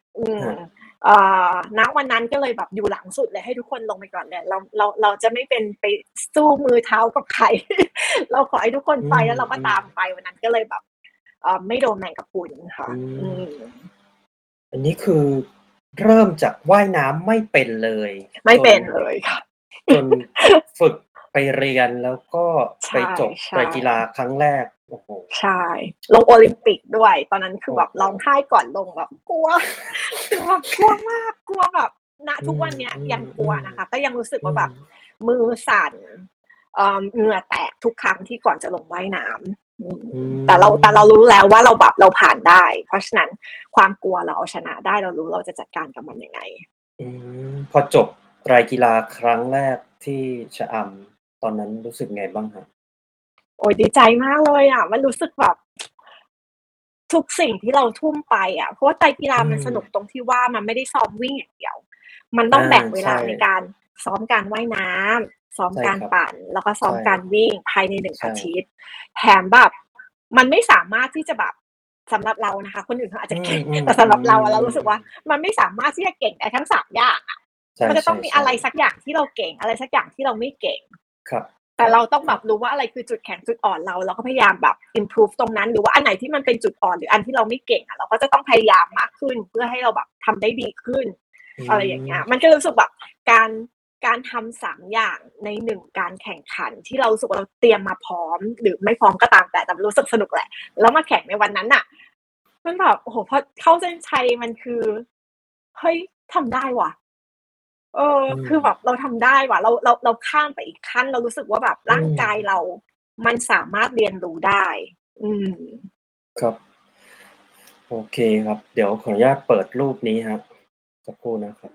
ณวันนั้นก็เลยแบบอยู่หลังสุดเลยให้ทุกคนลงไปก่อนเลยเราจะไม่เป็นไปสู้มือเท้ากับใคร เราขอให้ทุกคนไปแล้วเราก็ตามไปวันนั้นก็เลยแบบไม่โดนแมงกะพรุนค่ะ
อันนี้คือเริ่มจากว่ายน้ำไม่เป็นเลย
ค่ะ
จนฝึกไปเรียนแล้วก็ไปจบไตรกีฬาครั้งแรกโอ้โห
ใช่ลงโอลิมปิกด้วยตอนนั้นคือแบบร้องไห้ก่อนลงแบบกลัวมากกลัวแบบณทุกวันเนี้ยยังกลัวนะคะก็ยังรู้สึกว่าแบบมือสั่นเหงื่อแตกทุกครั้งที่ก่อนจะลงว่ายน้ำแต่เรารู้แล้วว่าเราผ่านได้เพราะฉะนั้นความกลัวเราเอาชนะได้เรารู้เราจะจัดการกับมันยังไง
พอจบไตรกีฬาครั้งแรกที่ชะอำตอนนั้นรู้สึกไงบ้างครับ
โอ้ยดีใจมากเลยมันรู้สึกแบบทุกสิ่งที่เราทุ่มไปเพราะว่าไตรกีฬามันสนุกตรงที่ว่ามันไม่ได้ซ้อมวิ่งอย่างเดียวมันต้องแบ่งเวลาในการซ้อมการว่ายน้ำซ้อมการปั่นแล้วก็ซ้อมการวิ่งภายใน1อาทิตย์แถมแบบมันไม่สามารถที่จะแบบสำหรับเรานะคะคนอื่นเขาอาจจะเก่งแต่สำหรับเราเรารู้สึกว่ามันไม่สามารถที่จะเก่งได้ทั้ง3อย่างมันจะต้องมีอะไรสักอย่างที่เราเก่งอะไรสักอย่างที่เราไม่เก่ง
ครับ
แต่เราต้องแบบรู้ว่าอะไรคือจุดแข็งจุดอ่อนเราก็พยายามแบบ improve ตรงนั้นหรือว่าอันไหนที่มันเป็นจุดอ่อนหรืออันที่เราไม่เก่งเราก็จะต้องพยายามมากขึ้นเพื่อให้เราแบบทำได้ดีขึ้นอะไรอย่างเงี้ยมันก็รู้สึกแบบการทำ3อย่างใน1การแข่งขันที่เรารู้สึกว่าเราเตรียมมาพร้อมหรือไม่พร้อมก็ตามแต่รู้สึกสนุกแหละแล้วมาแข่งในวันนั้นน่ะมันแบบโอ้โหพอเข้าเส้นชัยมันคือเฮ้ยทำได้ว่ะคือแบบเราทำได้ว่ะเราข้ามไปอีกขั้นเรารู้สึกว่าแบบร่างกายเรามันสามารถเรียนรู้ได้
ครับโอเคครับเดี๋ยวขออนุญาตเปิดรูปนี้ครับสักครู่นะครับ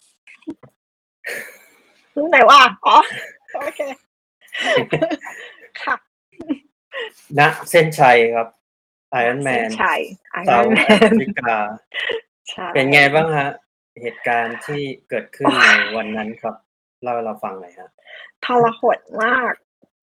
รูปไหนวะโอเคค่ะ
ณเส้นชัยครับไอรอนแมนเซาท์แอฟริกาเป็นไงบ้างฮะเหตุการณ์ที่เกิดขึ้นในวันนั้นครับเล่าให้เราฟังหน่อยฮะ
ทรหดมาก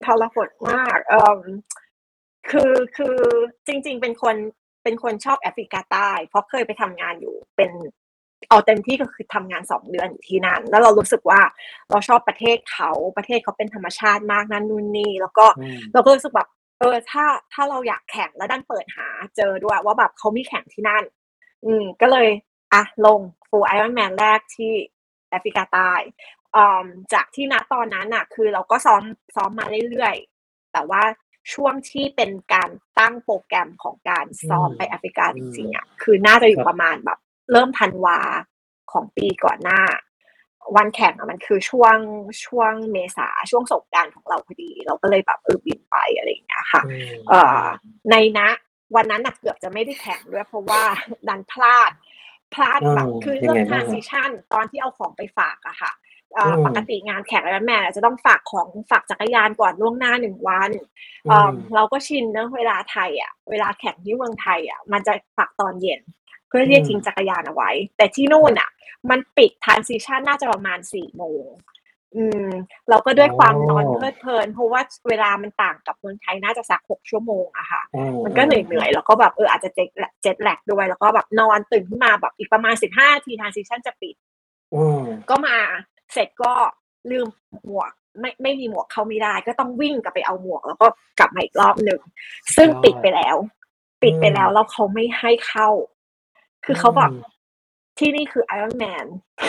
คือจริงๆเป็นคนชอบแอฟริกาใต้เพราะเคยไปทำงานอยู่เป็นเอาเต็มที่ก็คือทำงาน2 เดือนอยู่ที่นั่นแล้วเรารู้สึกว่าเราชอบประเทศเขาเป็นธรรมชาติมากนั่นนู่นนี่แล้วก็เราก็รู้สึกแบบถ้าเราอยากแข่งแล้วดันเปิดหาเจอด้วยว่าแบบเขามีแข่งที่นั่นก็เลยลง Full Ironman แรกที่แอฟริกาใต้จากที่ณตอนนั้นน่ะคือเราก็ซ้อมมาเรื่อยๆแต่ว่าช่วงที่เป็นการตั้งโปรแกรมของการซ้อมไปแอฟริกาจริงๆคือน่าจะอยู่ประมาณแบบเริ่มธันวาของปีก่อนหน้าวันแข่งมันคือช่วงเมษาช่วงสงกรานต์ของเราพอดีเราก็เลยแบบบินไปอะไรอย่างเงี้ยค่ะในวันนั้นเกือบจะไม่ได้แข่งด้วยเพราะว่าดันพลาดแบบคือเรื่อง transition ตอนที่เอาของไปฝากอะค่ะปกติงานแข่งIronmanแม่จะต้องฝากจักรยานก่อนล่วงหน้า1 วันเราก็ชินเนอะเวลาไทยเวลาแข่งที่เมืองไทยมันจะฝากตอนเย็นเพื่อที่จะทิ้งจักรยานเอาไว้แต่ที่นู่นมันปิด transition น่าจะประมาณ4 โมงเราก็ด้วยความนอนเพลิดเพลินเพราะว่าเวลามันต่างกับเมืองไทยน่าจะสัก6 ชั่วโมงอะค่ะมันก็เหนื่อยแล้วก็แบบอาจจะเจ็ตแลกด้วยแล้วก็แบบนอนตื่นขึ้นมาแบบอีกประมาณ15 นาที transition จะปิดก็มาเสร็จก็ลืมหมวกไม่มีหมวกเข้าไม่ได้ก็ต้องวิ่งกลับไปเอาหมวกแล้วก็กลับมาอีกรอบนึงซึ่งปิดไปแล้วแล้วเขาไม่ให้เข้าคือเขาแบบที่นี่คือ Iron Man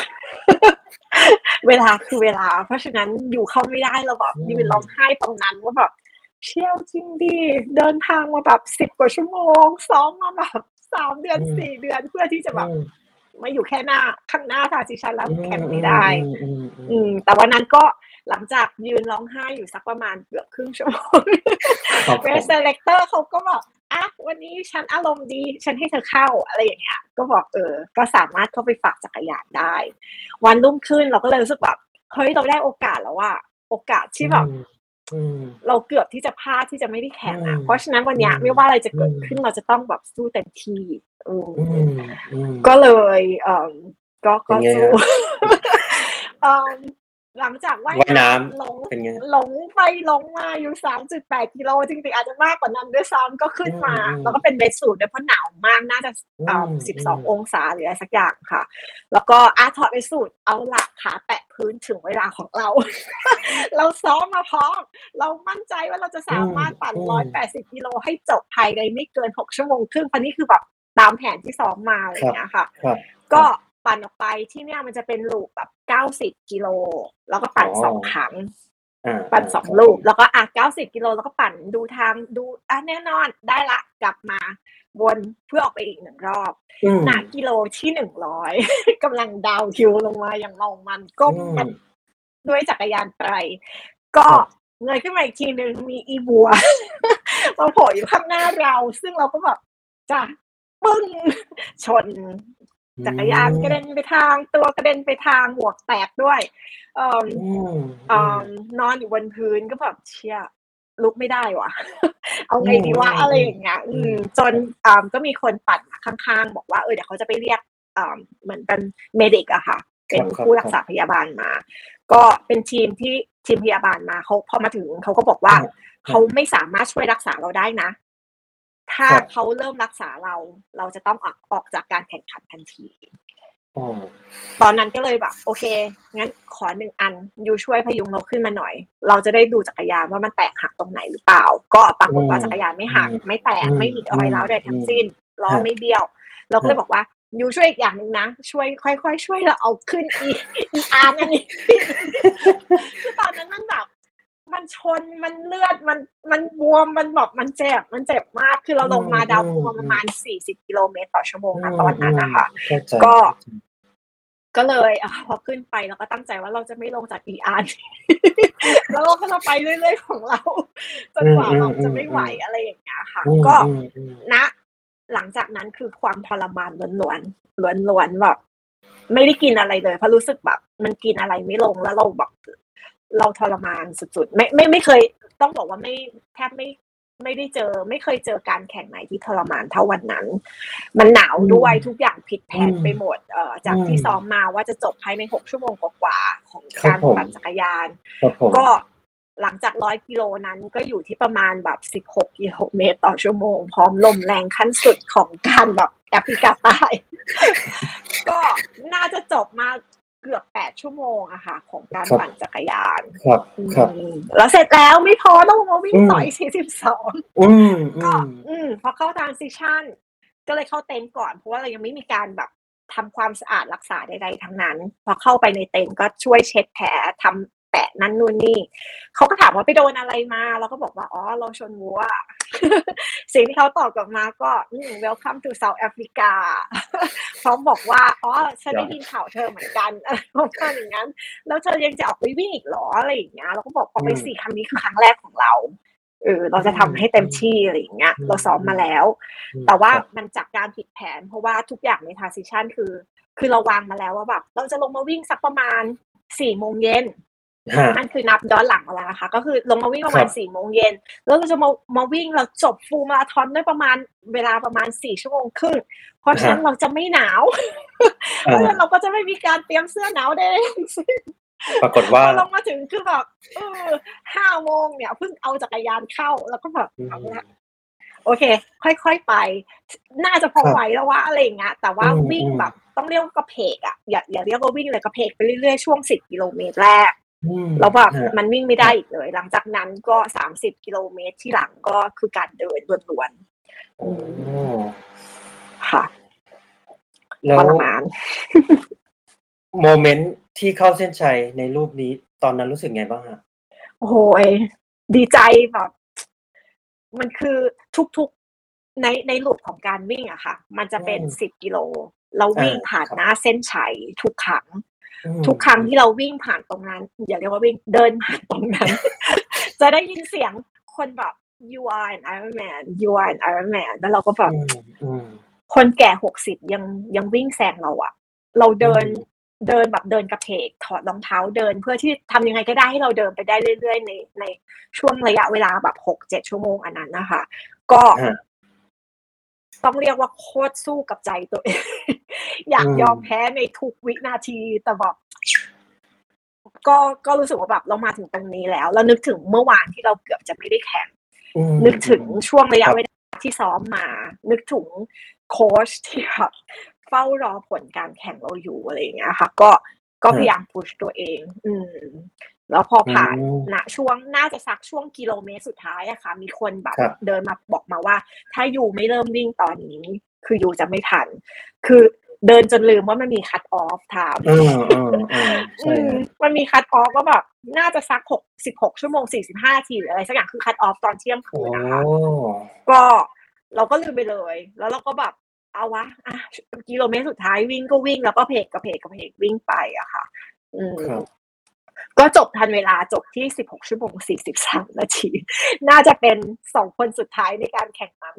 เวลาคือเวลา เพราะฉะนั้นอยู่เข้าไม่ได้เราแบบยืนร้องไห้ตรงนั้นว่าแบบเชี่ยวจริงดิเดินทางมาแบบ10 กว่าชั่วโมงซ้อมมาแบบ3 เดือน4 เดือนเพื่อที่จะแบบมาอยู่แค่ข้างหน้าtransitionแล้วแข่งไม่ได้แต่วันนั้นก็หลังจากยืนร้องไห้อยู่สักประมาณเกือบครึ่งชั่วโมงrace selector เขาก็บอกวันนี้ฉันอารมณ์ดีฉันให้เธอเข้าอะไรอย่างเงี้ยก็บอกก็สามารถเข้าไปฝากจักรยานได้วันรุ่งขึ้นเราก็เลยรู้สึกแบบเฮ้ยเราได้โอกาสแล้วว่าโอกาสที่แบบเราเกือบที่จะพลาดที่จะไม่ได้แข่งเพราะฉะนั้นวันนี้ไม่ว่าอะไรจะเกิดขึ้นเราจะต้องแบบสู้เต็มที่ก็เลยก็สู้หลังจากว่ายน้ำลงไปลงมาอยู่ 3.8 กิโลจริงๆอาจจะมากกว่านั้นด้วยซ้ำก็ขึ้นมาแล้วก็เป็นเวทสูทด้วยเพราะหนาวมากน่าจะ12 องศาหรืออะไรสักอย่างค่ะแล้วก็ถอดเวทสูทเอาละขาแตะพื้นถึงเวลาของเรา เราซ้อมมาพร้อมเรามั่นใจว่าเราจะสามารถปั่น180 กิโลให้จบภายในไม่เกิน6 ชั่วโมงครึ่งเพราะนี่คือแบบตามแผนที่ซ้อมมาอะไรอย่างเงี้ยค่ะก็ปั่นออกไปที่เนี่ยมันจะเป็นลูปแบบ90 กิโลแล้วก็ปั่น2 ครั้งปั่น2 ลูปแล้วก็90 กิโลแล้วก็ปั่นดูทางดูแน่นอนได้ละกลับมาวนเพื่อออกไปอีก1 รอบณกิโลที่100 กำลังดาวฮิลลงมาอย่างเมามันก้มมันด้วยจักรยานไตรก็เงยขึ้นมาอีกทีนึงมีอีบัวมาโผล่อยู่ข้างหน้าเราซึ่งเราก็แบบจ้ะปึ้งชนจักรยานกระเด็นไปทางตัวกระเด็นไปทางหมวกแตกด้วยนอนอยู่บนพื้นก็แบบเชี่ยลุกไม่ได้ว่ะ เอาไงดีวะอะไรอย่างเงี้ยจนก็มีคนปั่นข้างๆบอกว่าเดี๋ยวเขาจะไปเรียกเหมือนเป็นเมดิกอะค่ะเป็นผู้รักษาพยาบาลมาก็เป็นทีมพยาบาลมาเขาพอมาถึงเขาก็บอกว่าเขาไม่สามารถช่วยรักษาเราได้นะถ้าเขาเริ่มรักษาเราจะต้องออกจากการแข่งขันทันทีตอนนั้นก็เลยแบบโอเคงั้นขอ1 อันยูช่วยพยุงเราขึ้นมาหน่อยเราจะได้ดูจักรยานว่ามันแตกหักตรงไหนหรือเปล่าก็ปรากฏว่าจักรยานไม่หักไม่แตกไม่มีอะไรร้าวใดทั้งสิ้นล้อไม่เบี้ยวเราก็เลยบอกว่ายูช่วยอีกอย่างนึงนะช่วยค่อยๆช่วยเราเอาขึ้นอีอาร์อันนี้คือตอนนั้นมันแบบมันชนมันเลือดมันบวมมันแบบมันเจ็บมากคือเราลงมาดาวประมาณ40 กิโลเมตรต่อชั่วโมงนะตอนนั้นนะคะก็เลยพอขึ้นไปเราก็ตั้งใจว่าเราจะไม่ลงจาก ER แล้วเราก็จะไปเรื่อยๆของเราจนกว่าเราจะไม่ไหวอะไรอย่างเงี้ยค่ะก็หลังจากนั้นคือความทรมานล้วนๆแบบไม่ได้กินอะไรเลยเพราะรู้สึกแบบมันกินอะไรไม่ลงแล้วเราแบบเราทรมานสุดๆไม่เคยต้องบอกว่าแทบไม่ได้เจอไม่เคยเจอการแข่งไหนที่ทรมานเท่าวันนั้นมันหนาวด้วยทุกอย่างผิดแผนไปหมดจากที่ซ้อมมาว่าจะจบภายใน6 ชั่วโมงกว่าๆของการปั่นจักรยานก็หลังจาก100 กิโลนั้นก็อยู่ที่ประมาณแบบ16 กิโลเมตรต่อชั่วโมงพร้อมลมแรงขั้นสุดของการแบบแอฟริกาใต้ก็น่าจะจบมาเกือบ8 ชั่วโมงอะค่ะของการปั่นจักรยานครับแล้วเสร็จแล้วไม่พอต้องมาวิ่งต่ออีก42ก็พอเข้า transition ก็เลยเข้าเต็นท์ก่อนเพราะว่าเรายังไม่มีการแบบทำความสะอาดรักษาใดๆทั้งนั้นพอเข้าไปในเต็นท์ก็ช่วยเช็ดแผลทำแปะนั่นนู่นนี่เขาก็ถามว่าไปโดนอะไรมาเราก็บอกว่าเราชนวัว สิ่งที่เขาตอบกลับมาก็ welcome to South Africa พร้อมบอกว่าฉันได้ยินข่าวเธอเหมือนกันประมาณอย่างนั้นแล้วเธอยังจะออกไปวิ่งอีกหรออะไรอย่างเงี้ยเราก็บอกออกไปสิครั้งนี้คือครั้งแรกของเราเราจะทำให้เต็มที่อะไรอย่างเงี้ยเราซ้อมมาแล้วแต่ว่ามันจากการผิดแผนเพราะว่าทุกอย่างใน transition คือเราวางมาแล้วว่าแบบเราจะลงมาวิ่งสักประมาณ 4 โมงเย็นนั่นคือนับย้อนหลังมาแล้วนะคะก็คือลงมาวิ่งประมาณ 4 โมงเย็นแล้วเราจะมาวิ่งเราจบฟูลมาราธอนด้วยประมาณเวลาประมาณ4 ชั่วโมงครึ่งเพราะฉะนั้นเราจะไม่หนาวเพราะฉะนั้นเราก็จะไม่มีการเตรียมเสื้อหนาวแดง
ปรากฏว่า
ลงมาถึงคือแบบ5 โมงเนี่ยเพิ่งเอาจักรยานเข้าแล้วก็แบบเอาละโอเคค่อยๆไปน่าจะพอไหวแล้วว่าอะไรอย่างเงี้ยแต่ว่าวิ่งแบบต้องเรียกว่ากระเพกอ่ะอย่าเรียกว่าวิ่งเลยกระเพกไปเรื่อยๆช่วง10 กิโลเมตรแรกแล้วแบบมันวิ่งไม่ได้อีกเลยหลังจากนั้นก็30 กิโลเมตรที่หลังก็คือการเดินล้วนๆค่ะ
แล้วโมเมนต์ที่เข้าเส้นชัยในรูปนี้ตอนนั้นรู้สึกไงบ้างฮะ
โอ้โหดีใจแบบมันคือทุกๆในลูปของการวิ่งอะค่ะมันจะเป็น10กิโลเราวิ่งผ่านหน้าเส้นชัยทุกครั้งที่เราวิ่งผ่านตรงนั้นอย่าเรียกว่าวิ่งเดินผ่านตรงนั้น จะได้ยินเสียงคนแบบ you are an Iron Man you are an Iron Man แล้วเราก็แบบคนแก่60ยังวิ่งแซงเราอะเราเดินแบบเดินกระเพกถอดรองเท้าเดินเพื่อที่ทำยังไงก็ได้ให้เราเดินไปได้เรื่อยๆในช่วงระยะเวลาแบบ 6-7 ชั่วโมงอันนั้นนะคะก็ต้องเรียกว่าโคตรสู้กับใจตัวเอง อยากยอมแพ้ในทุกวินาทีแต่แบบก็รู้สึกว่าแบบเรามาถึงตรงนี้แล้วนึกถึงเมื่อวานที่เราเกือบจะไม่ได้แข่งนึกถึงช่วงระยะเวลาที่ซ้อมมานึกถึงโค้ชที่แบบเฝ้ารอผลการแข่งเราอยู่อะไรอย่างเงี้ยค่ะก็พยายามพุชตัวเองแล้วพอผ่านช่วงน่าจะสักช่วงกิโลเมตรสุดท้ายอะค่ะมีคนแบบเดินมาบอกมาว่าถ้ายูไม่เริ่มวิ่งตอนนี้คือยูจะไม่ทันคือเดินจนลืมว่ามันมีคัตออฟไทม์มันมีคัตออฟว่าแบบน่าจะสัก16ชั่วโมง45นาทีหรืออะไรสักอย่างคือคัตออฟตอนเที่ยงคืนนะคะก็เราก็ลืมไปเลยแล้วเราก็แบบเอาวะกิโลเมตรสุดท้ายวิ่งก็วิ่งแล้วก็เพกวิ่งไปอะค่ะก็จบทันเวลาจบที่16ชั่วโมง43นาทีน่าจะเป็น2คนสุดท้ายในการแข่งนั้น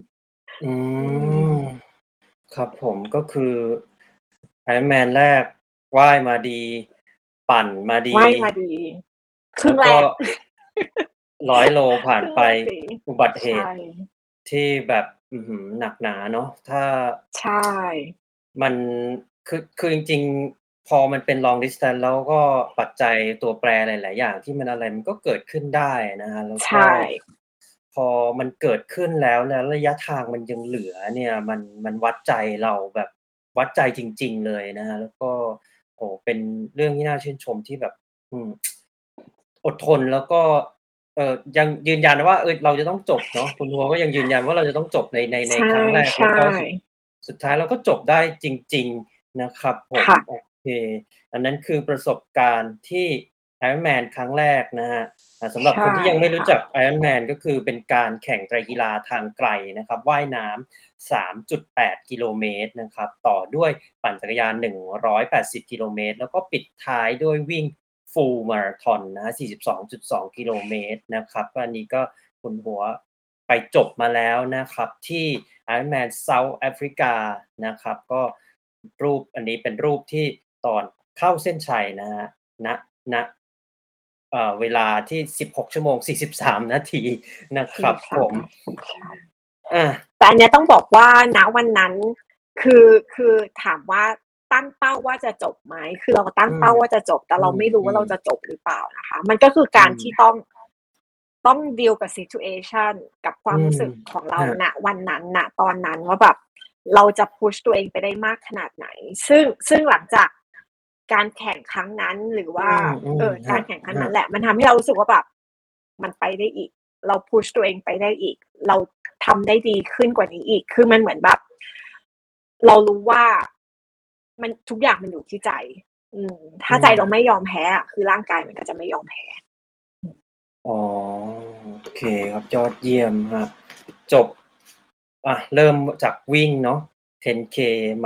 ครับผมก็คือไอรอนแมนแรกว่ายมาดีปั่นมาดี
ครึ่งแรก
100 โลผ่านไปอุบัติเหตุที่แบบหนักหนาเนาะถ้า
ใช่
มันคือจริงๆพอมันเป็น long distance แล้วก็ปัจจัยตัวแปรหลายๆอย่างที่มันอะไรมันก็เกิดขึ้นได้นะคะแล้วก็พอมันเกิดขึ้นแล้วระยะทางมันยังเหลือเนี่ยมันวัดใจเราแบบวัดใจจริงๆเลยนะคะแล้วก็โอ้เป็นเรื่องที่น่าชื่นชมที่แบบอดทนแล้วก็ยังยืนยันว่าเราจะต้องจบเนาะคุณทัวก็ยังยืนยันว่าเราจะต้องจบในครั้งแรกแล้วก็สุดท้ายเราก็จบได้จริงๆนะครับผมโอเคอันนั้นคือประสบการณ์ที่ Iron Man ครั้งแรกนะครับสำหรับคนที่ยังไม่รู้จัก Iron Man ก็คือเป็นการแข่งไตรกีฬาทางไกลนะครับว่ายน้ำ 3.8 กิโลเมตรนะครับต่อด้วยปั่นจักรยาน180 กิโลเมตรแล้วก็ปิดท้ายด้วยวิ่ง Full Marathon นะ 42.2 กิโลเมตรนะครับอันนี้ก็คุณหัวไปจบมาแล้วนะครับที่ Ironman South Africa นะครับก็รูปอันนี้เป็นรูปที่ตอนเข้าเส้นชัยนะฮะณเวลาที่16ชั่วโมง43นาทีนะครับผม
แต่อันนี้ต้องบอกว่าณวันนั้นคือถามว่าตั้งเป้าว่าจะจบไหมคือเราตั้งเป้าว่าจะจบแต่เราไม่รู้ว่าเราจะจบหรือเปล่านะคะมันก็คือการที่ต้องดีลกับ situation กับความรู้สึกของเราณวันนั้นณตอนนั้นว่าแบบเราจะพุชตัวเองไปได้มากขนาดไหนซึ่งหลังจากการแข่งครั้งนั้นหรือว่าการแข่งครั้งนั้นแหละมันทำให้เรารู้สึกว่าแบบมันไปได้อีกเราพุชตัวเองไปได้อีกเราทำได้ดีขึ้นกว่านี้อีกคือมันเหมือนแบบเรารู้ว่ามันทุกอย่างมันอยู่ที่ใจถ้าใจเราไม่ยอมแพ้คือร่างกายมันก็จะไม่ยอมแพ้
อ๋อโอเคครับยอดเยี่ยมครับจบเริ่มจากวิ่งเนาะ 10K มา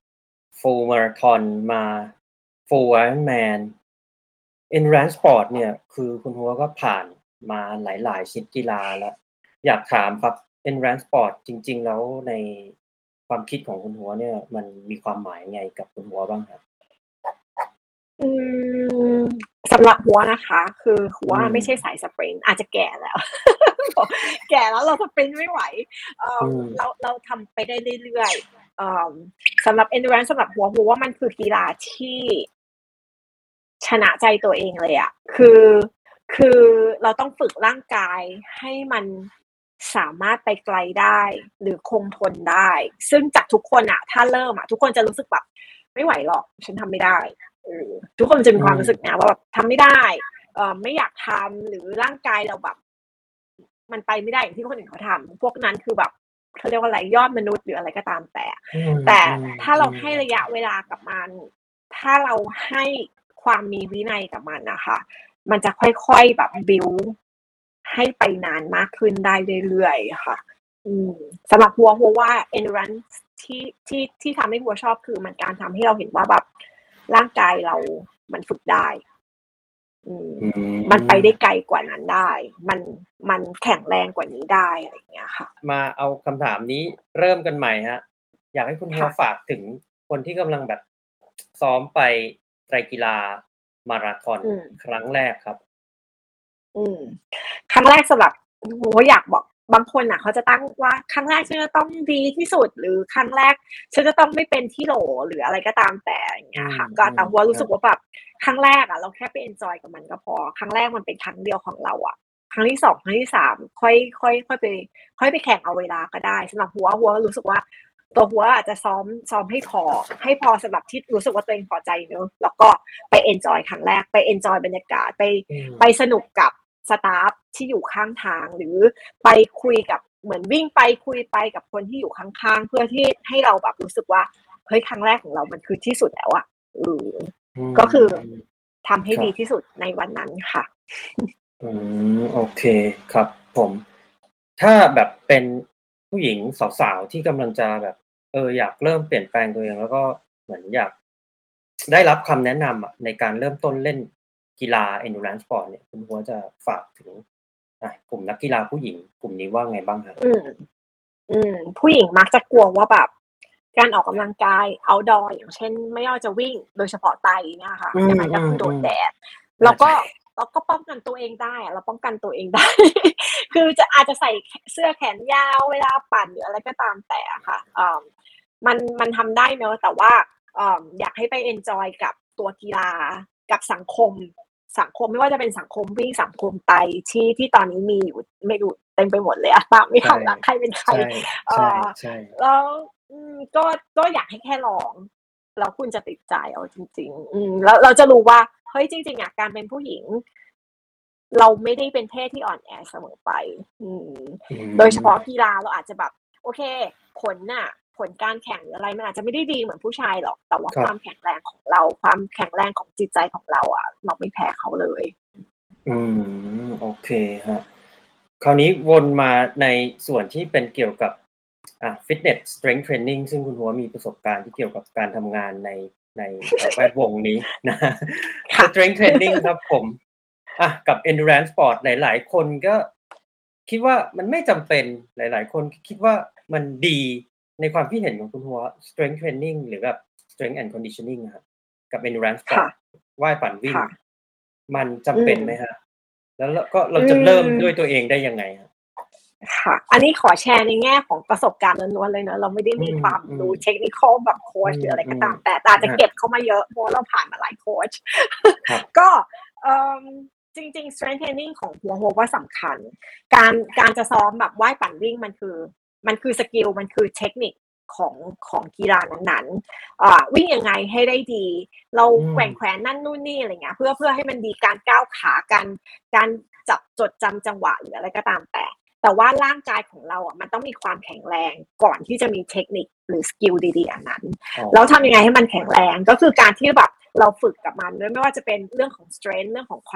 Full Marathon มา Full Ironman Endurance Sport เนี่ยคือคุณหัวก็ผ่านมาหลายๆชนิดกีฬาแล้วอยากถามครับ Endurance Sport จริงๆแล้วในความคิดของคุณหัวเนี่ยมันมีความหมายไงกับคุณหัวบ้างครับ
สำหรับหัวนะคะคือหัวไม่ใช่สายสปรินต์อาจจะแก่แล้ว แก่แล้วเราสปรินต์ไม่ไหวเราทำไปได้เรื่อยๆสำหรับ endurance สำหรับหัวว่ามันคือกีฬาที่ชนะใจตัวเองเลยอะคือเราต้องฝึกร่างกายให้มันสามารถไปไกลได้หรือคงทนได้ซึ่งจากทุกคนอะถ้าเริ่มอะทุกคนจะรู้สึกแบบไม่ไหวหรอกฉันทำไม่ได้ทุกคนจะมีความรู้สึกนะว่าแบบทำไม่ได้ไม่อยากทำหรือร่างกายเราแบบมันไปไม่ได้อย่างที่คนอื่นเขาทำพวกนั้นคือแบบเขาเรียกว่าอะไรยอดมนุษย์หรืออะไรก็ตามแต่ถ้าเราให้ระยะเวลากับมันถ้าเราให้ความมีวินัยกับมันนะคะมันจะค่อยๆแบบบิวให้ไปนานมากขึ้นได้เรื่อยๆค่ะสำหรับหัวว่า endurance ที่ทำให้หัวชอบคือมันการทำให้เราเห็นว่าแบบร่างกายเรามันฝึกได้มันไปได้ไกลกว่านั้นได้มันแข็งแรงกว่านี้ได้อะไรอย่างเงี้ยค่ะ
มาเอาคำถามนี้เริ่มกันใหม่ฮะอยากให้คุณหัวฝากถึงคนที่กำลังแบบซ้อมไปไตรกีฬามาราธอนครั้งแรกครับ
ครั้งแรกสำหรับโหอยากบอกบางคนเขาจะตั้งว่าครั้งแรกฉันจะต้องดีที่สุดหรือครั้งแรกฉันจะต้องไม่เป็นที่โหลหรืออะไรก็ตามแต่อย่างเงี้ยค่ะก็แต่ว่ารู้สึกว่าแบบครั้งแรกเราแค่ไปเอนจอยกับมันก็พอครั้งแรกมันเป็นครั้งเดียวของเราครั้งที่2ครั้งที่3ค่อยไปแข่งเอาเวลาก็ได้สำหรับหัวรู้สึกว่าตัวหัวอาจจะซ้อมให้พอสำหรับที่รู้สึกว่าตัวเองพอใจเนอะแล้วก็ไปเอนจอยครั้งแรกไปเอนจอยบรรยากาศไปสนุกกับสตาฟที่อยู่ข้างทางหรือไปคุยกับเหมือนวิ่งไปคุยไปกับคนที่อยู่ข้างๆเพื่อที่ให้เราแบบรู้สึกว่าเฮ้ยครั้งแรกของเรามันคือที่สุดแล้วก็คือทำให้ดีที่สุดในวันนั้นค่ะ
โอเคครับผมถ้าแบบเป็นผู้หญิงสาวๆที่กำลังจะแบบอยากเริ่มเปลี่ยนแปลงตัวเองแล้วก็เหมือนอยากได้รับคำแนะนำในการเริ่มต้นเล่นกีฬา endurance sport เนี่ยคุณหัวจะฝากถึงกลุ่มนักกีฬาผู้หญิงกลุ่มนี้ว่าไงบ้างครับ
ผู้หญิงมักจะกลัวว่าแบบการออกกำลังกาย outdoor อย่างเช่นไม่ว่าจะวิ่งโดยเฉพาะไตเนี่ยค่ะอย่างนั้นก็คือโดนแดดแล้วก็ป้องกันตัวเองได้เราป้องกันตัวเองได้ คืออาจจะใส่เสื้อแขนยาวเวลาปั่นหรืออะไรก็ตามแต่ค่ะมันทำได้เนอะแต่ว่าอยากให้ไป enjoy กับตัวกีฬากับสังคมไม่ว่าจะเป็นสังคมวิ่งสังคมไตที่ตอนนี้มีอยู่ไม่รู้เต็มไปหมดเลยตามไม่ทันละใครเป็นใครแล้วก็อยากให้แค่ลองแล้วคุณจะติดใจเอาจริงๆแล้วเราจะรู้ว่าเฮ้ยจริงๆการเป็นผู้หญิงเราไม่ได้เป็นเพศที่อ่อนแอเสมอไปโดยเฉพาะกีฬาเราอาจจะแบบโอเคผลการแข่งหรืออะไรมันอาจจะไม่ได้ดีเหมือนผู้ชายหรอกแต่ว่าความแข็งแรงของเราความแข็งแรงของจิตใจของเราเราไม่แพ้เขาเลย
โอเคฮะคราวนี้วนมาในส่วนที่เป็นเกี่ยวกับfitness strength training ซึ่งคุณหัวมีประสบการณ์ที่เกี่ยวกับการทำงานในแวดวงนี้นะ strength training ครับผมกับ endurance sport หลายๆคนก็คิดว่ามันไม่จำเป็นหลายๆคนคิดว่ามันดีในความคิดเห็นของคุณหัว strength training หรือแบบ strength and conditioning ครับกับ endurance sport ว่ายปั่นวิ่งมันจำเป็นไหมฮะแล้วก็เราจะเริ่มด้วยตัวเองได้ยังไง
ค่ะอันนี้ขอแชร์ในแง่ของประสบการณ์ล้วนๆเลยนะเราไม่ได้มีความรู้เทคนิคแบบโค้ชหรืออะไรก็ตามแต่อาจจะเก็บเข้ามาเยอะเพราะเราผ่านมาหลายโค้ชก็จริงๆ strength training ของหัวว่าสำคัญการจะซ้อมแบบว่ายปั่นวิ่งมันคือสกิลมันคือเทคนิคของกีฬานั้นๆวิ่งยังไงให้ได้ดีเราแกว่งแขวนนั่นนู่นนี่อะไรเงี้ยเพื่อให้มันดีการก้าวขาการจับจดจำจังหวะหรืออะไรก็ตามแต่ว่าร่างกายของเรามันต้องมีความแข็งแรงก่อนที่จะมีเทคนิคหรือสกิลดีๆอันนั้นแล้วทำยังไงให้มันแข็งแรงก็คือการที่แบบเราฝึกกับมันด้วยไม่ว่าจะเป็นเรื่องของ strength เรื่องของ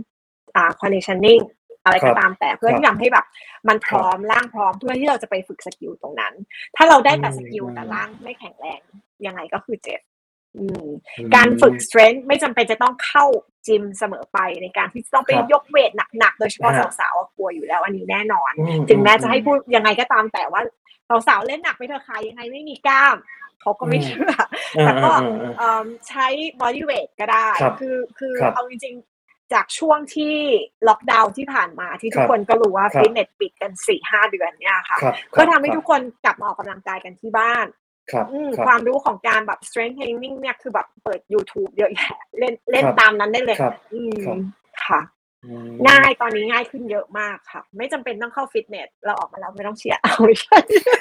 conditioning อะไรก็ตามแต่เพื่อที่ทำให้แบบมันพร้อมร่างพร้อมเพื่อที่เราจะไปฝึกสกิลตรงนั้นถ้าเราได้แต่สกิลแต่ร่างไม่แข็งแรงยังไงก็คือเจ็บการฝึก strength ไม่จำเป็นจะต้องเข้าจิมเสมอไปในการที่ต้องไปยกเวทหนักๆโดยเฉพาะสาวๆกลัวอยู่แล้วอันนี้แน่นอนถึงแม้จะให้พูดยังไงก็ตามแต่ว่าสาวๆเล่นหนักไปเถอะค่ะยังไงไม่มีกล้ามเขาก็ไม่เชื่อแต่ก็ใช้ body weight ก็ได้คือเอาจริงๆจากช่วงที่ล็อกดาวน์ที่ผ่านมาที่ทุกคนก็รู้ว่าฟิตเนสปิดกัน 4-5 เดือนเนี่ยค่ะก็ทำให้ทุกคนกลับมาออกกำลังกายกันที่บ้านความรู้ของการแบบ strength training เนี่ยคือแบบเปิด YouTube เยอะแยะเล่นตามนั้นได้เลยค่ะง่ายตอนนี้ง่ายขึ้นเยอะมากค่ะไม่จำเป็นต้องเข้าฟิตเนสเราออกมาแล้วไม่ต้องเชียร์ไม่ใช่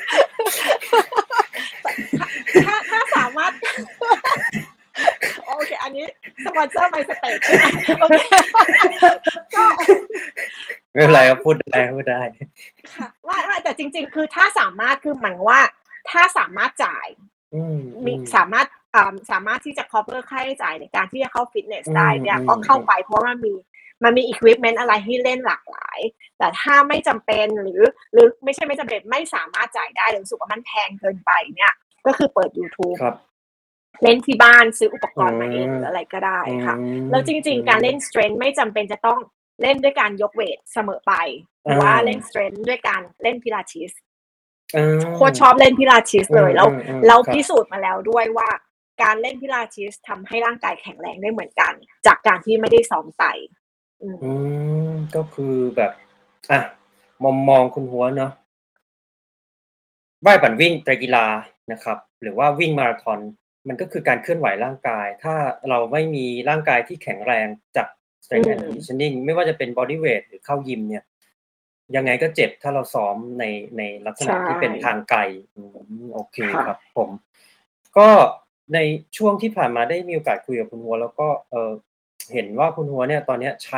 ถ้าสามารถโอเคอันนี้สปอนเซอร์ไมสเตจโอเคก็
ไม่เป็นไรครับพูดได้
ค่ะว่าแต่จริงๆคือถ้าสามารถคือหมายว่าถ้าสามารถจ่ายมีสามารถสามารถที่จะ cover ค่าใช้จ่ายในการที่จะเข้าฟิตเนส
อื
ได้
ม
เนี่ย
อื
ก็
ม
เข้า
อืม
ไป เพราะว่ามันมี equipment อะไรให้เล่นหลากหลาย แต่ถ้าไม่จำเป็นหรือไม่ใช่ไม่จำเป็นไม่สามารถจ่ายได้หรือรู้สึกว่ามันแพงเกินไปเนี่ย ก็คือเปิดยูทูบ
ครับ
เล่นที่บ้านซื้ออุปก
อื
รณ์มาเองหรื
ม
ออะไรก็ได้
อื
ค่ะ
ม
แล้วจ
อื
ริง ๆ การเล่
ม
น strength ไม่จำเป็นจะต้องเล่นด้วยการยกเวตเสมอไป หรือว่าเล่น
อา
strength ด้วยการเล่น Pilates
เออ
โคชชอบเล่น Pilates
อื
เลย แล้ว
ม ๆ ๆ ครั
พิ
บ
สูจน์มาแล้วด้วยว่า การเล่น Pilates ทำให้ร่างกายแข็งแรงได้เหมือนกัน จากการที่ไม่ได้ซ้อมไต
อืม ก็คือแบบ อะ มุมมองคุณหัวเนาะ ว่าย ปั่น วิ่ง ไตรกีฬานะครับ หรือว่าวิ่งมาราธอน มันก็คือการเคลื่อนไหวร่างกาย ถ้าเราไม่มีร่างกายที่แข็งแรงจาก
อื
strength and
ม
conditioning ไม่ว่าจะเป็นบอดีเวตหรือเข้ายิมเนี่ย ยังไงก็เจ็บถ้าเราซ้อมในลักษ
ใช
ณะที่เป็นทา
่
งไกล โอเค
ค่ะ
ครับผม ก็ในช่วงที่ผ่านมาได้มีโอกาสคุยกับคุณหัว แล้วก็ เห็นว่าคุณหัวเนี่ยตอนเนี้ยใช้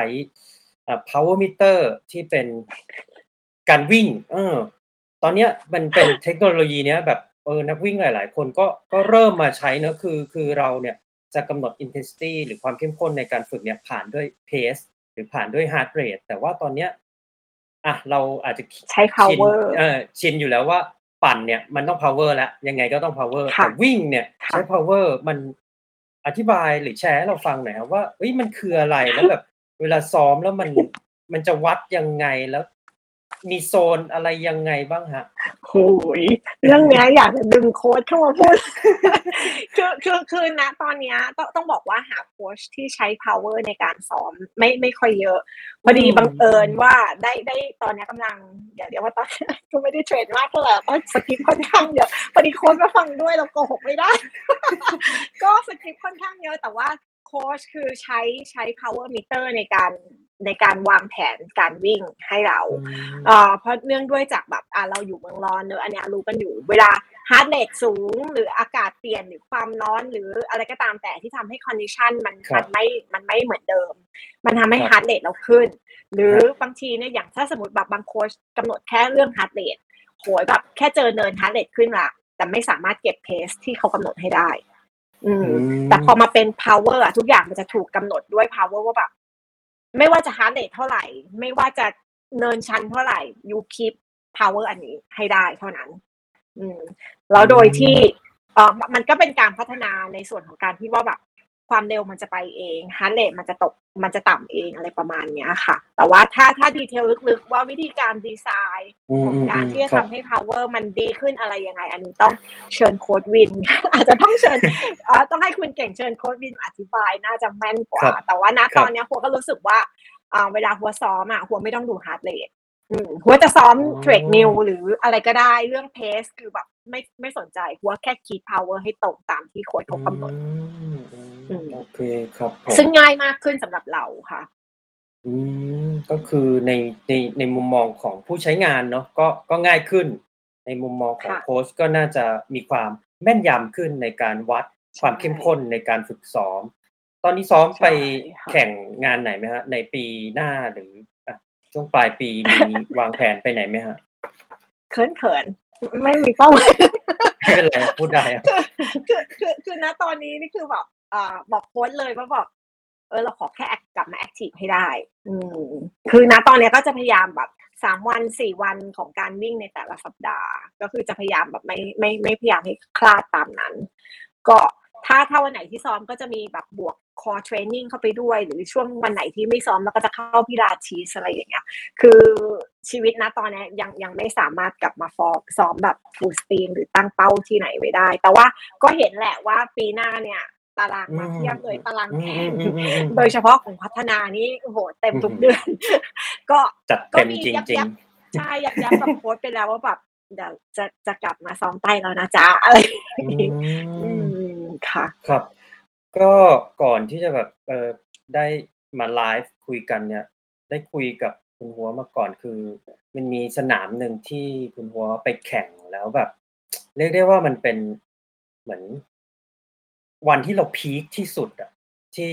power meter ที่เป็นการวิ่ง ตอนเนี้ยมันเป็นเทคโนโลยีเนี้ยแบบ นักวิ่งหลาย ๆ คนก็เริ่มมาใช้เนาะ คือเราเนี่ยจะกำหนด intensity หรือความเข้มข้นในการฝึกเนี่ยผ่านด้วย pace หรือผ่านด้วย heart rate แต่ว่าตอนเนี้ย เราอาจจะ
ใช้
ชิน
power
ชินอยู่แล้วว่าปั่นเนี่ยมันต้อง power แล้ว ยังไงก็ต้อง power
ค่
แต่
ะ
วิ่งเนี่ย
ค
ใช้
่ะ
power มัน อธิบายหรือแชร์ให้เราฟังหน่อยครับว่า เฮ้ย มันคืออะไร? แล้วแบบเวลาซ้อมแล้วมันจะวัดยังไง? แล้วมีโซนอะไรยังไงบ้างครับ?
โอ้โฮ เรื่องเนี้ยอยากจะดึงโคชเข้ามาพูด คือ ณ ตอนเนี้ยต้องบอกว่าหาโคชที่ใช้ power ในการซ้อมไม่ค่อยเยอะ พอดีบังเอิญว่าได้ตอนเนี้ยกำลัง อย่าเรียกว่าตอน ก็ไม่ได้เทรนมากเท่าไร ก็สกริปต์ค่อนข้างเยอะ พอดีโคชมาฟังด้วยเราโกหกไม่ได้ ก็สกริปต์ค่อนข้างเยอะ แต่ว่าโคชคือใช้ power meter ในการวางแผนการวิ่งให้เรา เพราะเนื่องด้วยจากแบบ เราอยู่เมืองร้อนเนาะ อันเนี้ยรู้กันอยู่ เวลา heart rate สูง หรืออากาศเปลี่ยน หรือความร้อน หรืออะไรก็ตามแต่ที่ทำให้ condition มันไม่เหมือนเดิม มันทำให้
ครับ
heart rate เราขึ้น หรือ
ครับ
บางทีเนี่ย อย่างถ้าสมมุติแบบบางโคชกำหนดแค่เรื่อง heart rate โอ้โฮ แบบแค่เจอเนิน heart rate ขึ้นแล้ว แต่ไม่สามารถเก็บ pace ที่เขากำหนดให้ได้ แต่พอมาเป็น power อะ ทุกอย่างมันจะถูกกำหนดด้วย power ว่าแบบ ไม่ว่าจะ heart rate เท่าไร ไม่ว่าจะเนินชันเท่าไร you keep power อันนี้ให้ได้เท่านั้น แล้วโดยที่ มันก็เป็นการพัฒนาในส่วนของการที่ว่าแบบความเร็วมันจะไปเอง heart rate มันจะต่ำเอง อะไรประมาณเนี้ยค่ะ แต่ว่าถ้า detail ลึก ๆ ว่าวิธีการดีไซน์ของการที่จะ
ครั
ทำ
บ
ให้ power มันดีขึ้นอะไรยังไง อันนี้ต้องเชิญโคชวิน อาจจะต้องเชิญ ต้องให้คุณเก่งเชิญโคชวินอธิบายน่าจะแม่นก
ค
ว่า
รับ
แต่ว่าณ
ค
ต
รั
อบ นเนี้ยหัวก็รู้สึกว่า เวลาหัวซ้อมอะหัวไม่ต้องดู heart rate หัวจะซ้อม
อ๋อ
treadmill หรืออะไรก็ได้ เรื่อง pace คือแบบไม่สนใจ หัวแค่ keep power ให้ตรงตามที่โคชเขากำหนด
โอเคครับผม
ซึ่งง่ายมากขึ้นสำหรับเราค่ะ
ก็คือในมุมมองของผู้ใช้งานเนาะ ก็ง่ายขึ้น ในมุมมองของ
ค่ะ
โคชก็น่าจะมีความแม่นยำขึ้นในการวัดความเข้มข้นในการฝึกซ้อม ตอนนี้ซ้อมไป
ใช่ค่ะ
แข่งงานไหนไหมครับ? ในปีหน้าหรือ ช่วงปลายปี มีวางแผนไปไหนไหมครับ?
เขิน ๆ ไม่มีเป้าหมาย
ไม่เป็นไร พูดได้ครับ
คือ ณ ตอนนี้นี่คือแบบบอกโคชเลยว่าแบบ เราขอแค่กลับมาแอ็กทิฟให้ได้ คือ ณ ตอนเนี้ยก็จะพยายามแบบ 3 วัน 4 วันของการวิ่งในแต่ละสัปดาห์ ก็คือจะพยายามแบบไม่พยายามให้คลาดตามนั้น ก็ถ้าวันไหนที่ซ้อมก็จะมีแบบบวก core training เข้าไปด้วย หรือช่วงวันไหนที่ไม่ซ้อมเราก็จะเข้า Pilates อะไรอย่างเงี้ย คือชีวิต ณ ตอนเนี้ยยังไม่สามารถกลับมาซ้อมแบบ full steam หรือตั้งเป้าที่ไหนไว้ได้ แต่ว่าก็เห็นแหละว่าปีหน้าเนี่ยตารางมาเพียบเลย ตารางแข่ง โดยเฉพาะของพัฒนานี่ โอ้โฮ เต็มทุกเดือน ก็
จัด
ก็
เต็ม
มี
จริ
ยั
ง
บ ๆ ใช่ ยับๆ กับโคชไปแล้วว่าแบบเดี๋ยวจะกลับมาซ้อมไตแล้วนะจ๊ะ อะไรอย่างงี้ ค่ะ
ครับ ก็ก่อนที่จะแบบได้มาไลฟ์คุยกันเนี่ย ได้คุยกับคุณหัวมาก่อน คือมันมีสนามหนึ่งที่คุณหัวไปแข่งแล้วแบบ เรียกได้ว่ามันเป็นเหมือน วันที่เราพีกที่สุดอะ ที่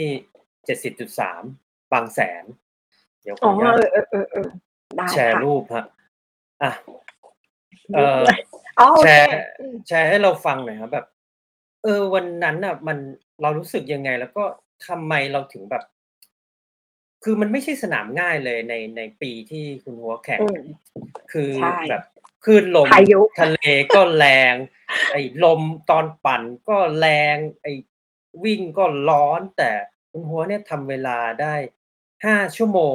70.3 บางแสน เดี๋ยวข
อ๋
อ
อ
อนุญาต
ได้
แชร์
ค่ะ
รูปครับ อะ
รูปอะไร? อ๋อ โอ
แช
เค
ร์ให้เราฟังหน่อยครับ แบบวันนั้นน่ะเรารู้สึกยังไงแล้วก็ทำไมเราถึงแบบคือมันไม่ใช่สนามง่ายเลยในปีที่คุณฮัวแข่งคือ
ใช่
แบบคลื่นลม
พายุ
ทะเลก็แรงไอ้ลมตอนปั่นก็แรงไอ้วิ่งก็ร้อนแต่คุณฮัวเนี่ยทำเวลาได้5ชั่วโมง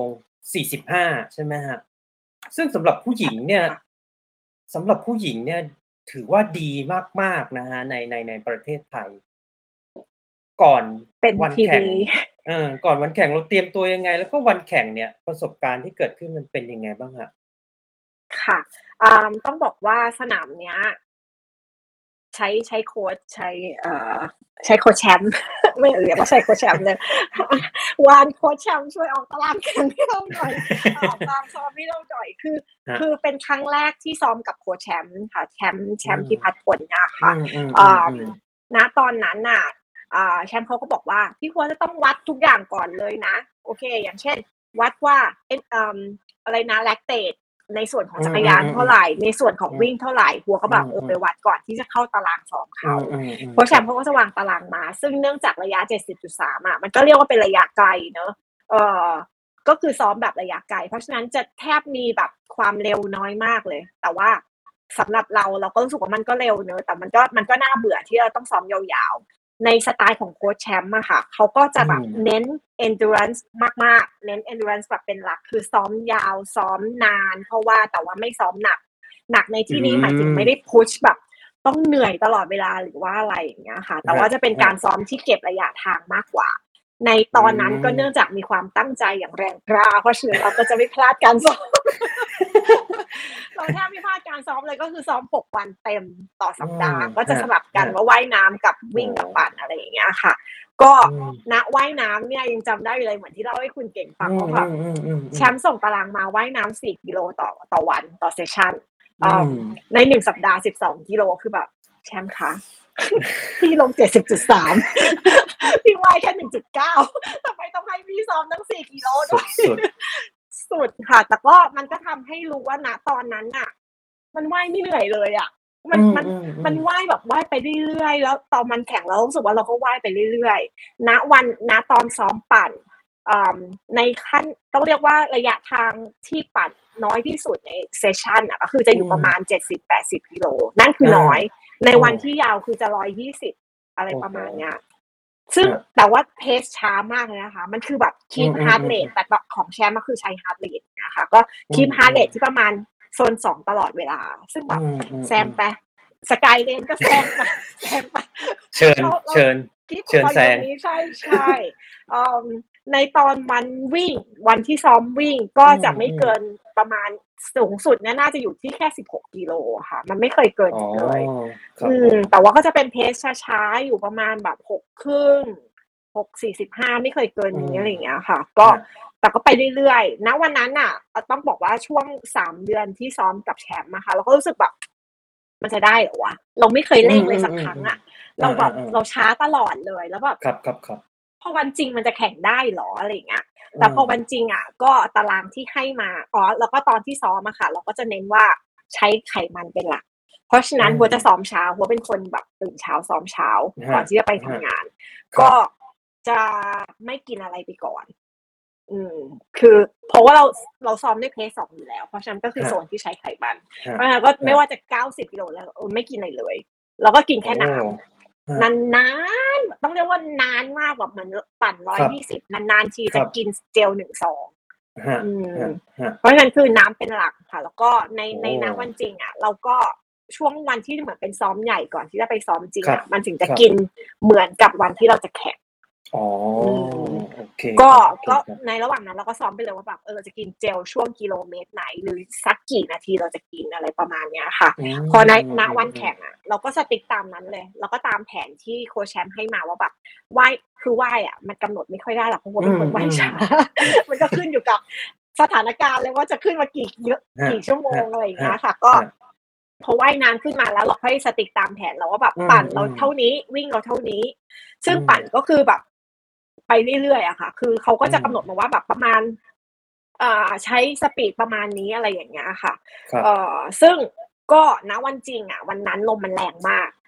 45ใช่ไหมครับซึ่งสำหรับผู้หญิงเนี่ย
ค่ะ
สำหรับผู้หญิงเนี่ยถือว่าดีมากๆนะคะในประเทศไทยก่อน
เป็น
วัน
ที
แข่ง
ดี
ก่อนวันแข่งเราเตรียมตัวยังไงแล้วก็วันแข่งเนี่ยประสบการณ์ที่เกิดขึ้นมันเป็นยังไงบ้างครับ
ค่ะต้องบอกว่าสนามเนี้ยใช้โค้ชใช้โค้ชแชมป์ ไม่เรียกว่าใช้โค้ชแชมป์เลย วานโค้ชแชมป์ช่วยออกตารางแข่งให้เราหน่อยออกตารางซ้อมให้เราหน่อย
ครับ
คือเป็นครั้งแรกที่ซ้อมกับโค้ชแชมป์ค่ะแชมป์
อืม
พิพัฒน์พลเนี่ย
อื
ค่ะ
มๆๆๆ
ณตอนนั้นน่ะแชมป์เขาก็บอกว่าพี่ควรจะต้องวัดทุกอย่างก่อนเลยนะโอเคอย่างเช่นวัดว่าอะไรนะ lactate ในส่วนของจักรยานเท่าไหร่ในส่วนของวิ่งเท่าไหร่หัวก็แบบไปวัดก่อนที่จะเข้าตารางซ้อมเขาเพราะแชมป์เขาก็จะวางตารางมาซึ่งเนื่องจากระยะ 70.3 มันก็เรียกว่าเป็นระยะไกลเนอะก็คือซ้อมแบบระยะไกลเพราะฉะนั้นจะแทบมีแบบความเร็วน้อยมากเลยแต่ว่าสำหรับเราก็รู้สึกว่ามันก็เร็วเนอะแต่มันก็น่าเบื่อที่เราต้องซ้อมยาวๆในสไตล์ของโค้ชแชมป์อะค่ะเขาก็จะแบบเน้น endurance มากๆเน้น endurance แบบเป็นหลักคือซ้อมยาวซ้อมนานเพราะว่าแต่ว่าไม่ซ้อมหนักในที่นี้หมายถึงไม่ได้พุชแบบต้องเหนื่อยตลอดเวลาหรือว่าอะไรอย่างเงี้ยค่ะแต่ว่าจะเป็นการซ้อมที่เก็บระยะทางมากกว่าในตอนนั้นก็เนื่องจากมีความตั้งใจอย่างแรงกล้าเพราะฉะนั้นเราก็จะไม่พลาดการซ้อม เราแทบไม่พลาดการซ้อมเลยก็คือซ้อม6วันเต็มต่อสัปดาห์ก็จะสลับกันว่าว่ายน้ำกับวิ่งกับปั่นอะไรอย่างเงี้ยค่ะก็ณว่ายน้ำเนี่ยยังจำได้เลยเหมือนที่เล่าให้คุณเก่งฟังว่าแบบแชมป์ส่งตารางมาว่ายน้ำ4 กิโลต่อวันต่อเซสชั่นใน1สัปดาห์12 กิโลคือแบบแชมป์คะ พี่ลง 70.3 พี่ว่ายแค่ 1.9 ทำไมต้องให้พี่ซ้อมตั้ง4 กิโลด้วยสุดค่ะแต่ก็มันก็ทำให้รู้ว่าณตอนนั้นน่ะมันว่ายไม่เหนื่อยเลยอะมันว่ายแบบว่ายไปเรื่อยๆแล้วตอนมันแข่งเรารู้สึกว่าเราก็ว่ายไปเรื่อยๆณตอนซ้อมปั่นในขั้นต้องเรียกว่าระยะทางที่ปั่นน้อยที่สุดในเซสชันอ่ะก็คือจะอยู่ประมาณ 70-80 กิโลนั่นคือน้อยในวันที่ยาวคือจะ120อะไรประมาณเนี้ยซึ่งแต่ว่าเพสช้ามากเลยนะคะมันคือแบบ keep heart rate แต่แบบของแชมป์ก็คือใช้ heart rate นะคะก็ keep heart rate ที่ประมาณโซน2ตลอดเวลาซึ่งแบบแซมไปสกายเลนก็แซมไป
เชิญแซง
ใช่ในตอนวันที่ซ้อมวิ่งก็จะไม่เกินประมาณสูงสุดเนี่ยน่าจะอยู่ที่แค่16 กิโลค่ะมันไม่เคยเกินเลยแต่ว่าก็จะเป็นเพสช้าๆอยู่ประมาณแบบ6:45ไม่เคยเกินนี้อะไรอย่างเงี้ยค่ะก็แต่ก็ไปเรื่อยๆณวันนั้นน่ะต้องบอกว่าช่วง3 เดือนที่ซ้อมกับแชมป์นะคะเราก็รู้สึกแบบมันจะได้เหรอวะเราไม่เคยเร่งเลยสักครั้งอะเราแบบเราช้าตลอดเลยแล้วแบบ
ครับ
พอวันจริงมันจะแข่งได้เหรออะไรอย่างเงี้ยแต่พอวันจริงอ่ะก็ตารางที่ให้มาแล้วก็ตอนที่ซ้อมอะค่ะเราก็จะเน้นว่าใช้ไขมันเป็นหลักเพราะฉะนั้นหัวจะซ้อมเช้าหัวเป็นคนแบบตื่นเช้าซ้อมเช้าก่อนที่จะไปทำงานก็จะไม่กินอะไรไปก่อนคือเพราะว่าเราซ้อมด้วยเพส2อยู่แล้วเพราะฉะนั้นก็คือโซนที่ใช้ไขมันเพราะฉะนั้นก็ไม่ว่าจะ90 กิโลแล้วไม่กินอะไรเลยแล้วก็กินแค่น้ำนานๆต้องเรียกว่านานมากแบบเหมือนปั่น120นานๆทีจะกินเจล1 ซองเพราะฉะนั้นคือน้ำเป็นหลักค่ะแล้วก็ในน้ำวันจริงอ่ะเราก็ช่วงวันที่เหมือนเป็นซ้อมใหญ่ก่อนที่จะไปซ้อมจริงอ่ะมันถึงจะกินเหมือนกับวันที่เราจะแข่ง
โอเค
ก็ในระหว่างนั้นเราก็ซ้อมไปเลยว่าแบบเราจะกินเจลช่วงกิโลเมตรไหนหรือสักกี่นาทีเราจะกินอะไรประมาณเนี้ยค่ะพอณวันแข่งอ่ะเราก็สติ๊กตามนั้นเลยเราก็ตามแผนที่โค้ชแชมป์ให้มาว่าแบบว่ายอ่ะมันกำหนดไม่ค่อยได้หรอกเพราะว่าเป็นคนว่ายช้ามันก็ขึ้นอยู่กับสถานการณ์เลยว่าจะขึ้นมากี่ชั่วโมงอะไรอย่างเงี้ยค่ะก็พอว่ายน้ำขึ้นมาแล้วเราค่อยสติ๊กตามแผนเราว่าแบบปั่นเราเท่านี้วิ่งเราเท่านี้ซึ่งปั่นก็คือแบบไปเรื่อยๆอะค่ะคือเขาก็จะกำหนดมาว่าแบบประมาณใช้สปีดประมาณนี้อะไรอย่างเงี้ยค่ะซึ่งก็ณวันจริงอะวันนั้นลมมันแรงมาก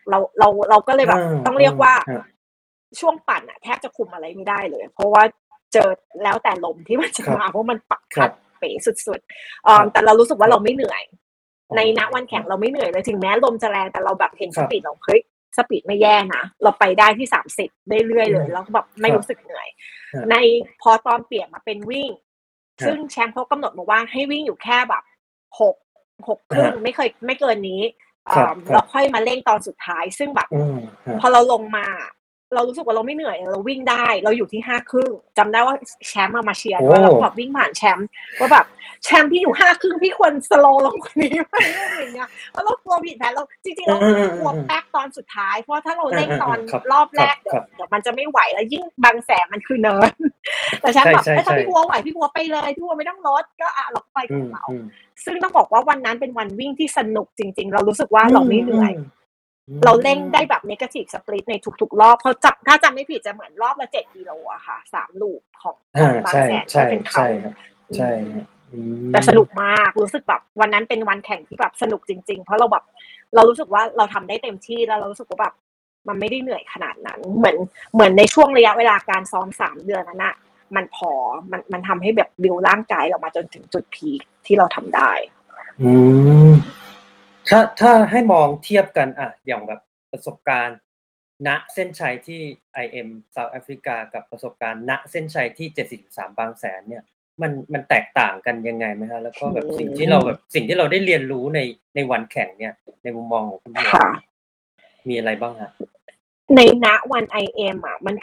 เราก็เลยแบบ
อืม
ต้องเรียกว่า
อืม
ช่วงปั่นอะแทบจะคุมอะไรไม่ได้เลย เพราะว่าเจอแล้วแต่ลมที่มันจะ
ครับ
มาเพราะมันปัก
ครั
พั
บ
ดเป๋สุด
ครับ
แต่เรารู้สึกว่า
ครับ
เราไม่เหนื่อย
อ๋อ
ในณวันแข่งเราไม่เหนื่อยเลยถึงแม้ลมจะแรงแต่เราแบบเห็น
ครั
ส
บ
ปีดเราเฮ้ยสปีดไม่แย่นะเราไปได้ที่30เรื่อยๆเลย
อืม
แล้วก็แบบไม่
ครับ
รู้สึกเหนื่อย
ครับ
ในพอตอนเปลี่ยนมาเป็นวิ่ง
ครับ
ซึ่งแชมป์เขากำหนดมาว่าให้วิ่งอยู่แค่แบบ6 ครึ่ง
ฮะ
ไม่เกินนี้
ครับ ค
แล้
รั
ว
บ
ค่อยมาเร่งตอนสุดท้าย ซึ่งแบบ
ครับ
พอเราลงมา เรารู้สึกว่าเราไม่เหนื่อยเราวิ่งได้เราอยู่ที่5 ครึ่งจำได้ว่าแชมป์มาเชียร์
โอ้
ด้วยแล้วก็แบบวิ่งผ่านแชมป์ว่าแบบแชมป์พี่อยู่5 ครึ่งพี่ควรสโลว์ลงกว่านี้ไหมอะไรอย่างเงี้ยเพราะเรากลัวผิดแผนเราจริงๆเรากลัวแป๊กตอนสุดท้ายเพราะถ้าเราเร่งตอน
ครับ
รอบแรก
ครับ
เดี๋ยวมันจะไม่ไหวแล้วยิ่งบางแสนมันคือเนิน แต่แชมป์แบบ
ใช่
ถ้า
ๆ
พี่บัวไหวพี่บัวไปเลยพี่บัวไม่ต้องลดก็เราก็ไป
อื
ของ
ม
เรา
อืม
ซึ่งต้องบอกว่าวันนั้นเป็นวันวิ่งที่สนุกจริง ๆ เรารู้สึกว่า
อื
เราไม่เหนื่อย
ม
เราเร่งได้แบบ negative split ในทุกๆรอบถ้าจำไม่ผิดจะเหมือนรอบละ7 กิโลอะค่ะ3 ลูปของ
อา
บา
ใช
ง่แสน
ใช่
ก็เป็น
ใช่
เขา
ครับ
อื
ใช่
ม
ครับ อืม
แต่สนุกมากรู้สึกแบบวันนั้นเป็นวันแข่งที่แบบสนุกจริง ๆ เพราะเราแบบเรารู้สึกว่าเราทำได้เต็มที่แล้วเรารู้สึกว่าแบบมันไม่ได้เหนื่อยขนาดนั้น เหมือนในช่วงระยะเวลาการซ้อม3 เดือนนั้นน่ะมันพอมันทำให้แบบบิลด์ร่างกายเรามาจนถึงจุดพีกที่เราทำได้
อืม ถ้าให้มองเทียบกันอย่างแบบประสบการณ์ ณ เส้นชัยที่ IM South Africa กับประสบการณ์ ณ เส้นชัยที่ 73 บางแสนเนี่ย มันแตกต่างกันยังไงไหมครับ? แล้วก็แบบสิ่งที่เราได้เรียนรู้ในวันแข่งเนี่ย ในมุมมองของคุณหมวก
ค่ะ
มีอะไรบ้างครับ?
ในณวัน IM อะมัน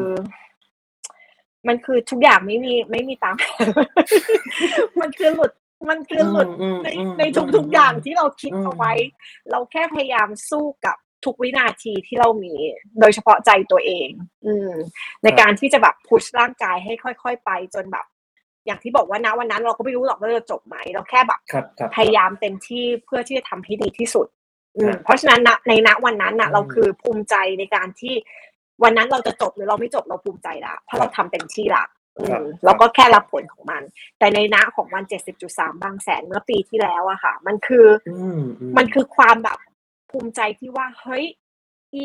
คือทุกอย่างไม่มีตาม มันคือหลุดในทุกๆอย่างที่เราคิดเอาไว้ เราแค่พยายามสู้กับทุกวินาทีที่เรามี โดยเฉพาะใจตัวเอง ในการที่จะแบบพุชร่างกายให้ค่อยๆไปจนแบบ อย่างที่บอกว่าณวันนั้นเราก็ไม่รู้หรอกว่าจะจบไหม เราแค่แบบ
ครับ
พยายามเต็มที่เพื่อที่จะทำให้ดีที่สุด
ครับ
เพราะฉะนั้นในณวันนั้นน่ะเราคือภูมิใจในการที่วันนั้นเราจะจบหรือเราไม่จบเราภูมิใจแล้วเพราะเราทำเต็มที่แล้ว
ครับ
เราก็แค่รับผลของมัน แต่ในณของวัน 70.3 บางแสนเมื่อปีที่แล้วอะค่ะมันคือความแบบภูมิใจที่ว่าเฮ้ยอี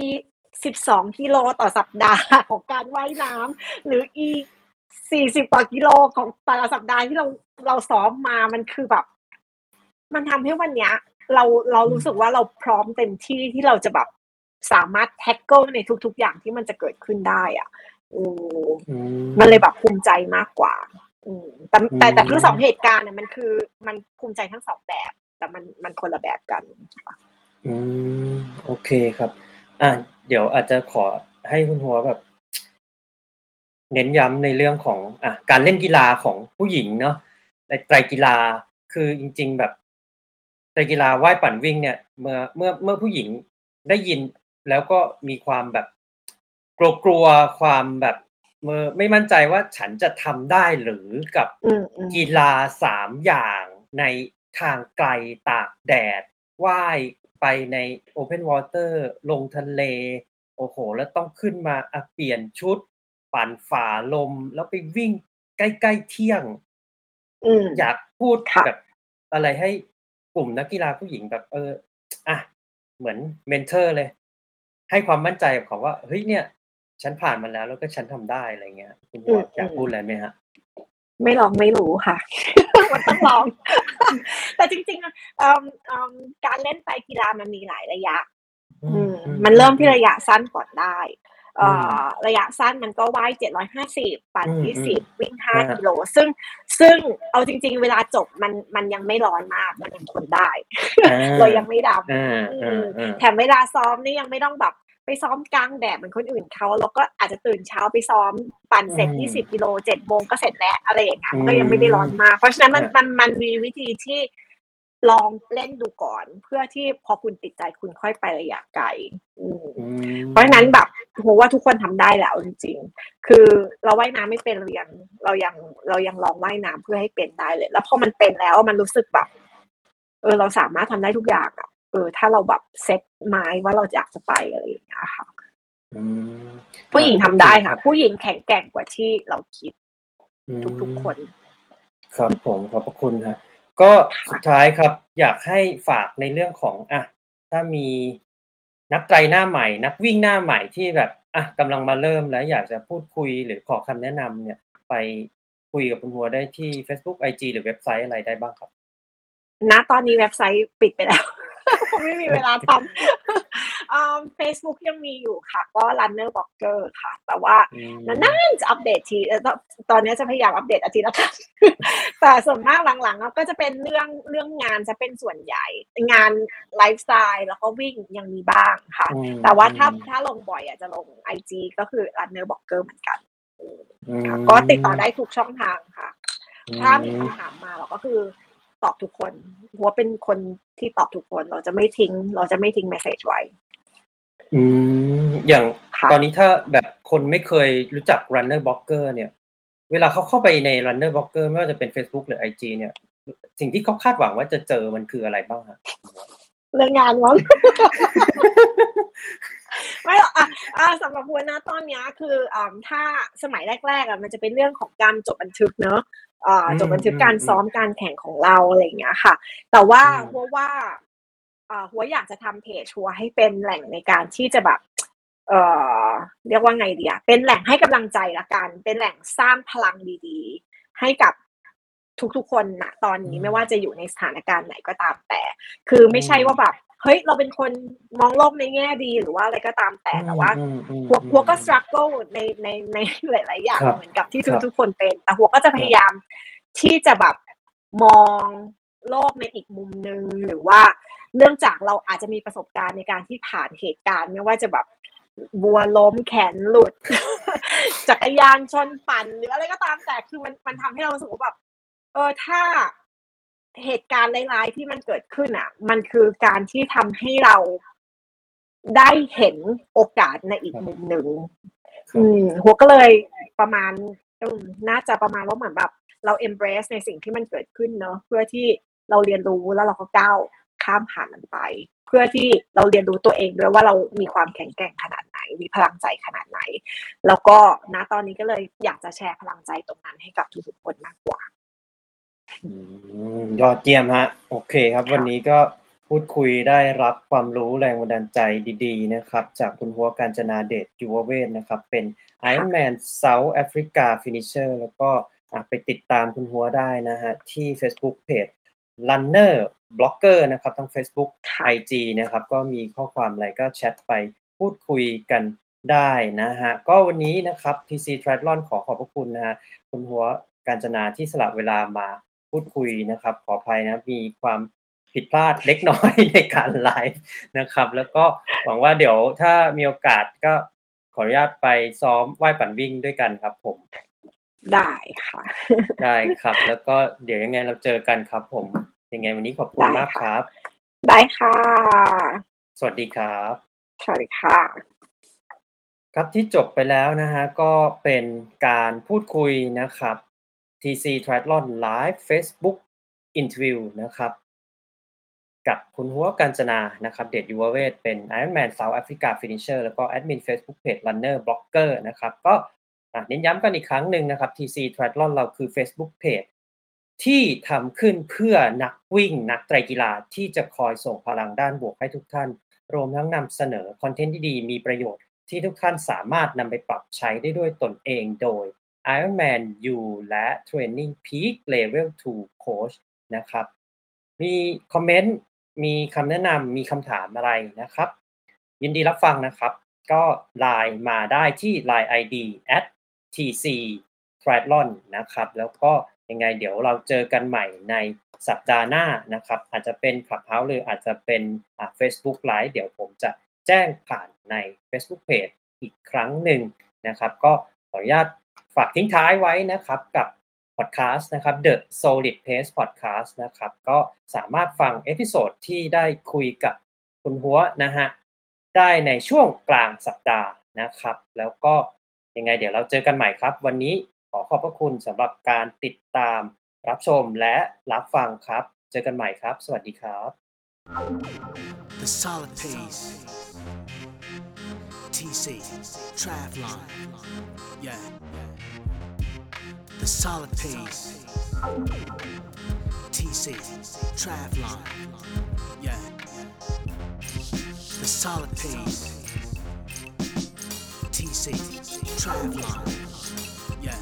12 กิโลต่อสัปดาห์ของการว่ายน้ำหรืออี40 กว่ากิโลของแต่ละสัปดาห์ที่เราซ้อมมามันคือแบบมันทำให้วันเนี้ยเรารู้สึกว่าเราพร้อมเต็มที่ที่เราจะแบบสามารถ tackle ในทุกๆอย่างที่มันจะเกิดขึ้นได้อะมันเลยแบบภูมิใจมากกว่าแต่ทั้ง2เหตุการณ์น่ะมันภูมิใจทั้ง2แบบแต่มันคนละแบบกันค่ะ
โอเคครับ เดี๋ยวอาจจะขอให้คุณหัวแบบ เน้นย้ำในเรื่องของการเล่นกีฬาของผู้หญิงเนาะในไตรกีฬาคือจริงๆแบบไตรกีฬาว่ายปั่นวิ่งเนี่ยเมื่อผู้หญิงได้ยินแล้วก็มีความแบบกลัวๆความแบบไม่มั่นใจว่าฉันจะทำได้หรือกับกีฬา3อย่างในทางไกลตากแดดว่ายไปใน Open Water ลงทะเลโอ้โฮแล้วต้องขึ้นมาเปลี่ยนชุดปั่นฝ่าลมแล้วไปวิ่งใกล้ๆเที่ยงอยากพูดแบบอะไรให้กลุ่มนักกีฬาผู้หญิงแบบเหมือนเมนทอร์เลยให้ความมั่นใจกับเขาว่าเฮ้ยเนี่ยฉันผ่านมาแล้วก็ฉันทำได้อะไรเงี้ยคุณหัวอยากพูดอะไรไหมครับ?
ไม่ลองไม่รู้ค่ะ มันต้องลอง แต่จริงๆการเล่นไตรกีฬามันมีหลายระยะมันเริ่มที่ระยะสั้นก่อนได้ระยะสั้นมันก็ว่าย750ปั่น20วิ่ง5 กิโลซึ่งเอาจริงๆเวลาจบมันยังไม่ร้อนมากมันยังทนได้ เรายังไม่ดำแถมเวลาซ้อมนี่ยังไม่ต้องแบบไปซ้อมกลางแดดเหมือนคนอื่นเขาแล้วก็อาจจะตื่นเช้าไปซ้อมปั่นเสร็จ20 กิโล 7 โมงก็เสร็จแล้วอะไรอย่างเงี้ยก็ยังไม่ได้ร้อนมากเพราะฉะนั้นมันมีวิธีที่ลองเล่นดูก่อนเพื่อที่พอคุณติดใจคุณค่อยไประยะไกลเพราะฉะนั้นแบบโหว่าทุกคนทำได้แล้วจริงๆคือเราว่ายน้ำไม่เป็นเรายังลองว่ายน้ำเพื่อให้เป็นได้เลยแล้วพอมันเป็นแล้วมันรู้สึกแบบเราสามารถทำได้ทุกอย่างอะถ้าเราแบบเซตไม้ว่าเราอยากจะไปอะไรอย่างเงี้ยค่ะผู้หญิงทำได้ค่ะผู้หญิงแข็งแกร่งกว่าที่เราคิดทุกๆคน
ครับผมขอบพระคุณครับก็สุดท้ายครับอยากให้ฝากในเรื่องของถ้ามีนักไตรหน้าใหม่นักวิ่งหน้าใหม่ที่แบบกำลังมาเริ่มแล้วอยากจะพูดคุยหรือขอคำแนะนำเนี่ยไปคุยกับคุณหัวได้ที่ Facebook IG หรือเว็บไซต์อะไรได้บ้างครับ
ณตอนนี้เว็บไซต์ปิดไปแล้ว ไม่มีเวลาทำFacebook ยังมีอยู่ค่ะก็ Runner Blogger ค่ะแต่ว่านานๆจะอัปเดตทีตอนนี้จะพยายามอัปเดตอาทิตย์ละครั้ง แต่ส่วนมากหลังๆก็จะเป็นเรื่องงานจะเป็นส่วนใหญ่งานไลฟ์สไตล์แล้วก็วิ่งยังมีบ้างค่ะแต่ว่าถ้าลงบ่อยจะลง IG ก็คือ Runner Blogger เหมือนกันก็ติดต่อได้ทุกช่องทางค่ะถ้ามีคำถามมาเราก็คือตอบทุกคนหัวเป็นคนที่ตอบทุกคนเราจะไม่ทิ้งเมสเสจไว้
อย่างตอนนี้ถ้าแบบคนไม่เคยรู้จัก Runner Blogger เนี่ยเวลาเขาเข้าไปใน Runner Blogger ไม่ว่าจะเป็น Facebook หรือ IG เนี่ยสิ่งที่เขาคาดหวังว่าจะเจอมันคืออะไรบ้างครับ
เรื่องงานมั้ง ไม่หรอกสำหรับหัวนะตอนนี้คือถ้าสมัยแรกๆมันจะเป็นเรื่องของการจดบันทึกเนอะจดบันทึกการซ้อมการแข่งของเราอะไรอย่างเงี้ยค่ะแต่ว่าหัวอยากจะทำเพจหัวให้เป็นแหล่งในการที่จะแบบเรียกว่าไงดีอะเป็นแหล่งให้กำลังใจละกันเป็นแหล่งสร้างพลังดีๆให้กับทุกๆคนนะตอนนี้ไม่ว่าจะอยู่ในสถานการณ์ไหนก็ตามแต่คือไม่ใช่ว่าแบบเฮ้ยเราเป็นคนมองโลกในแง่ดีหรือว่าอะไรก็ตามแต่ว่าหัวก็ struggle ในหลายๆอย่างเหมือนกับที่ทุกคนเป็นแต่หัวก็จะพยายามที่จะแบบมองโลกในอีกมุมนึงหรือว่าเนื่องจากเราอาจจะมีประสบการณ์ในการที่ผ่านเหตุการณ์ไม่ว่าจะแบบบัวล้มแขนหลุด จักรยานชนปั่นหรืออะไรก็ตามแต่คือมันทำให้เรารู้สึกว่าแบบถ้าเหตุการณ์ร้ายๆที่มันเกิดขึ้นมันคือการที่ทำให้เราได้เห็นโอกาสในอีกมุมหนึ่งหัวก็เลยประมาณน่าจะประมาณว่าเหมือนแบบเรา embrace ในสิ่งที่มันเกิดขึ้นเนอะเพื่อที่เราเรียนรู้แล้วเราก็ก้าวข้ามผ่านมันไปเพื่อที่เราเรียนรู้ตัวเองด้วยว่าเรามีความแข็งแกร่งขนาดไหนมีพลังใจขนาดไหนแล้วก็ณตอนนี้ก็เลยอยากจะแชร์พลังใจตรงนั้นให้กับทุกๆคนมากกว่
ายอดเยี่ยมฮะโอเคครับวันนี้ก็พูดคุยได้รับความรู้แรงบันดาลใจดีๆนะครับจากคุณหัวกาญจนาเดชยุวเวศนะครับเป็น Ironman South Africa Finisher แล้วก็ไปติดตามคุณหัวได้นะฮะที่ Facebook Page Runner Blogger นะครับทั้ง Facebook IG นะครับก็มีข้อความอะไรก็แชทไปพูดคุยกันได้นะฮะก็วันนี้นะครับ TC Triathlon ขอบพระคุณนะฮะคุณหัวกาญจนาที่สละเวลามาพูดคุยนะครับขออภัยนะมีความผิดพลาดเล็กน้อยในการไลฟ์นะครับแล้วก็หวังว่าเดี๋ยวถ้ามีโอกาสก็ขออนุญาตไปซ้อมว่ายปั่นวิ่งด้วยกันครับผม
ได้ค่ะ
ได้ครับแล้วก็เดี๋ยวยังไงเราเจอกันครับผมยังไงวันนี้ขอบคุณมากครับ
ได้ค่ะ
สวัสดีครับ
สวัสดีค่ะ
ครับที่จบไปแล้วนะฮะก็เป็นการพูดคุยนะครับ TC Triathlon Live Facebook Interview นะครับกับคุณหัวกาญจนานะครับเดชยุวเวศเป็น Ironman South Africa Finisher แล้วก็แอดมิน Facebook Page Runner Blogger นะครับก็เน้นย้ำกันอีกครั้งหนึ่งนะครับ TC Triathlon เราคือ Facebook Page ที่ทำขึ้นเพื่อนักวิ่งนักไตรกีฬาที่จะคอยส่งพลังด้านบวกให้ทุกท่านรวมทั้งนำเสนอคอนเทนต์ที่ดีมีประโยชน์ที่ทุกท่านสามารถนำไปปรับใช้ได้ด้วยตนเองโดย Ironman U และ Training Peak Level 2 Coach นะครับมีคอมเมนต์มีคำแนะนำมีคำถามอะไรนะครับยินดีรับฟังนะครับก็ไลน์มาได้ที่ Line ID @tc_triathlon นะครับแล้วก็ยังไงเดี๋ยวเราเจอกันใหม่ในสัปดาห์หน้านะครับอาจจะเป็น Clubhouse หรืออาจจะเป็นFacebook Live เดี๋ยวผมจะแจ้งผ่านใน Facebook Page อีกครั้งหนึ่งนะครับก็ขออนุญาตฝากทิ้งท้ายไว้นะครับกับพอดแคสต์นะครับ The Solid Pace Podcast นะครับก็สามารถฟังเอพิโซดที่ได้คุยกับคุณหัวนะฮะได้ในช่วงกลางสัปดาห์นะครับแล้วก็ยังไงเดี๋ยวเราเจอกันใหม่ครับวันนี้ขอขอบพระคุณสำหรับการติดตามรับชมและรับฟังครับเจอกันใหม่ครับสวัสดีครับ
The Solid Pace TC Triathlon yeah The Solid Pace TC Triathlon yeah The The solid pace. TC Travlon. Yeah.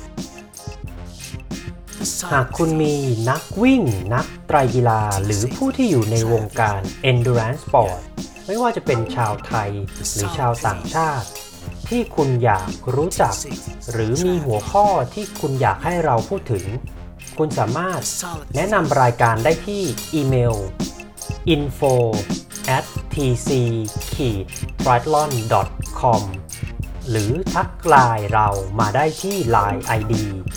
The
หาก
solid
คุณมี
pace.
นักวิ่งนักไตรกีฬาหรือผู้ที่อยู่ในวงการ Endurance Sport ไม่ว่าจะเป็นชาวไทยหรือชาวต่างชาติที่คุณอยากรู้จักหรือมีหัวข้อที่คุณอยากให้เราพูดถึงคุณสามารถแนะนำรายการได้ที่อีเมล info@tc-triathlon.com หรือทักไลน์เรามาได้ที่ Line ID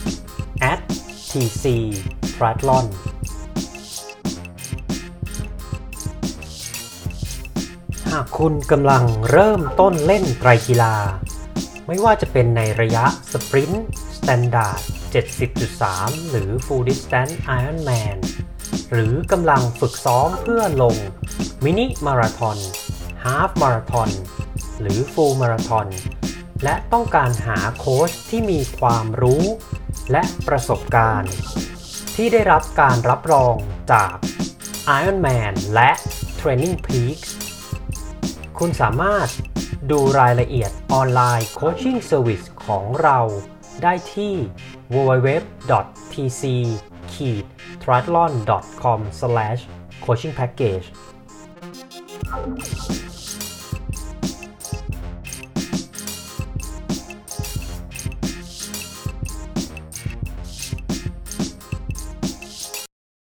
@tc-triathlon หากคุณกำลังเริ่มต้นเล่นไตรกีฬาไม่ว่าจะเป็นในระยะสปรินต์สแตนดาร์ด 70.3 หรือ Full Distance Ironman หรือกำลังฝึกซ้อมเพื่อลงมินิมาราธอนฮาล์ฟมาราธอนหรือฟูลมาราธอนและต้องการหาโค้ชที่มีความรู้และประสบการณ์ที่ได้รับการรับรองจาก Ironman และ Training Peaks คุณสามารถดูรายละเอียดออนไลน์โคชชิ่งเซอร์วิสของเราได้ที่ www.tc-triathlon.com/coachingpackage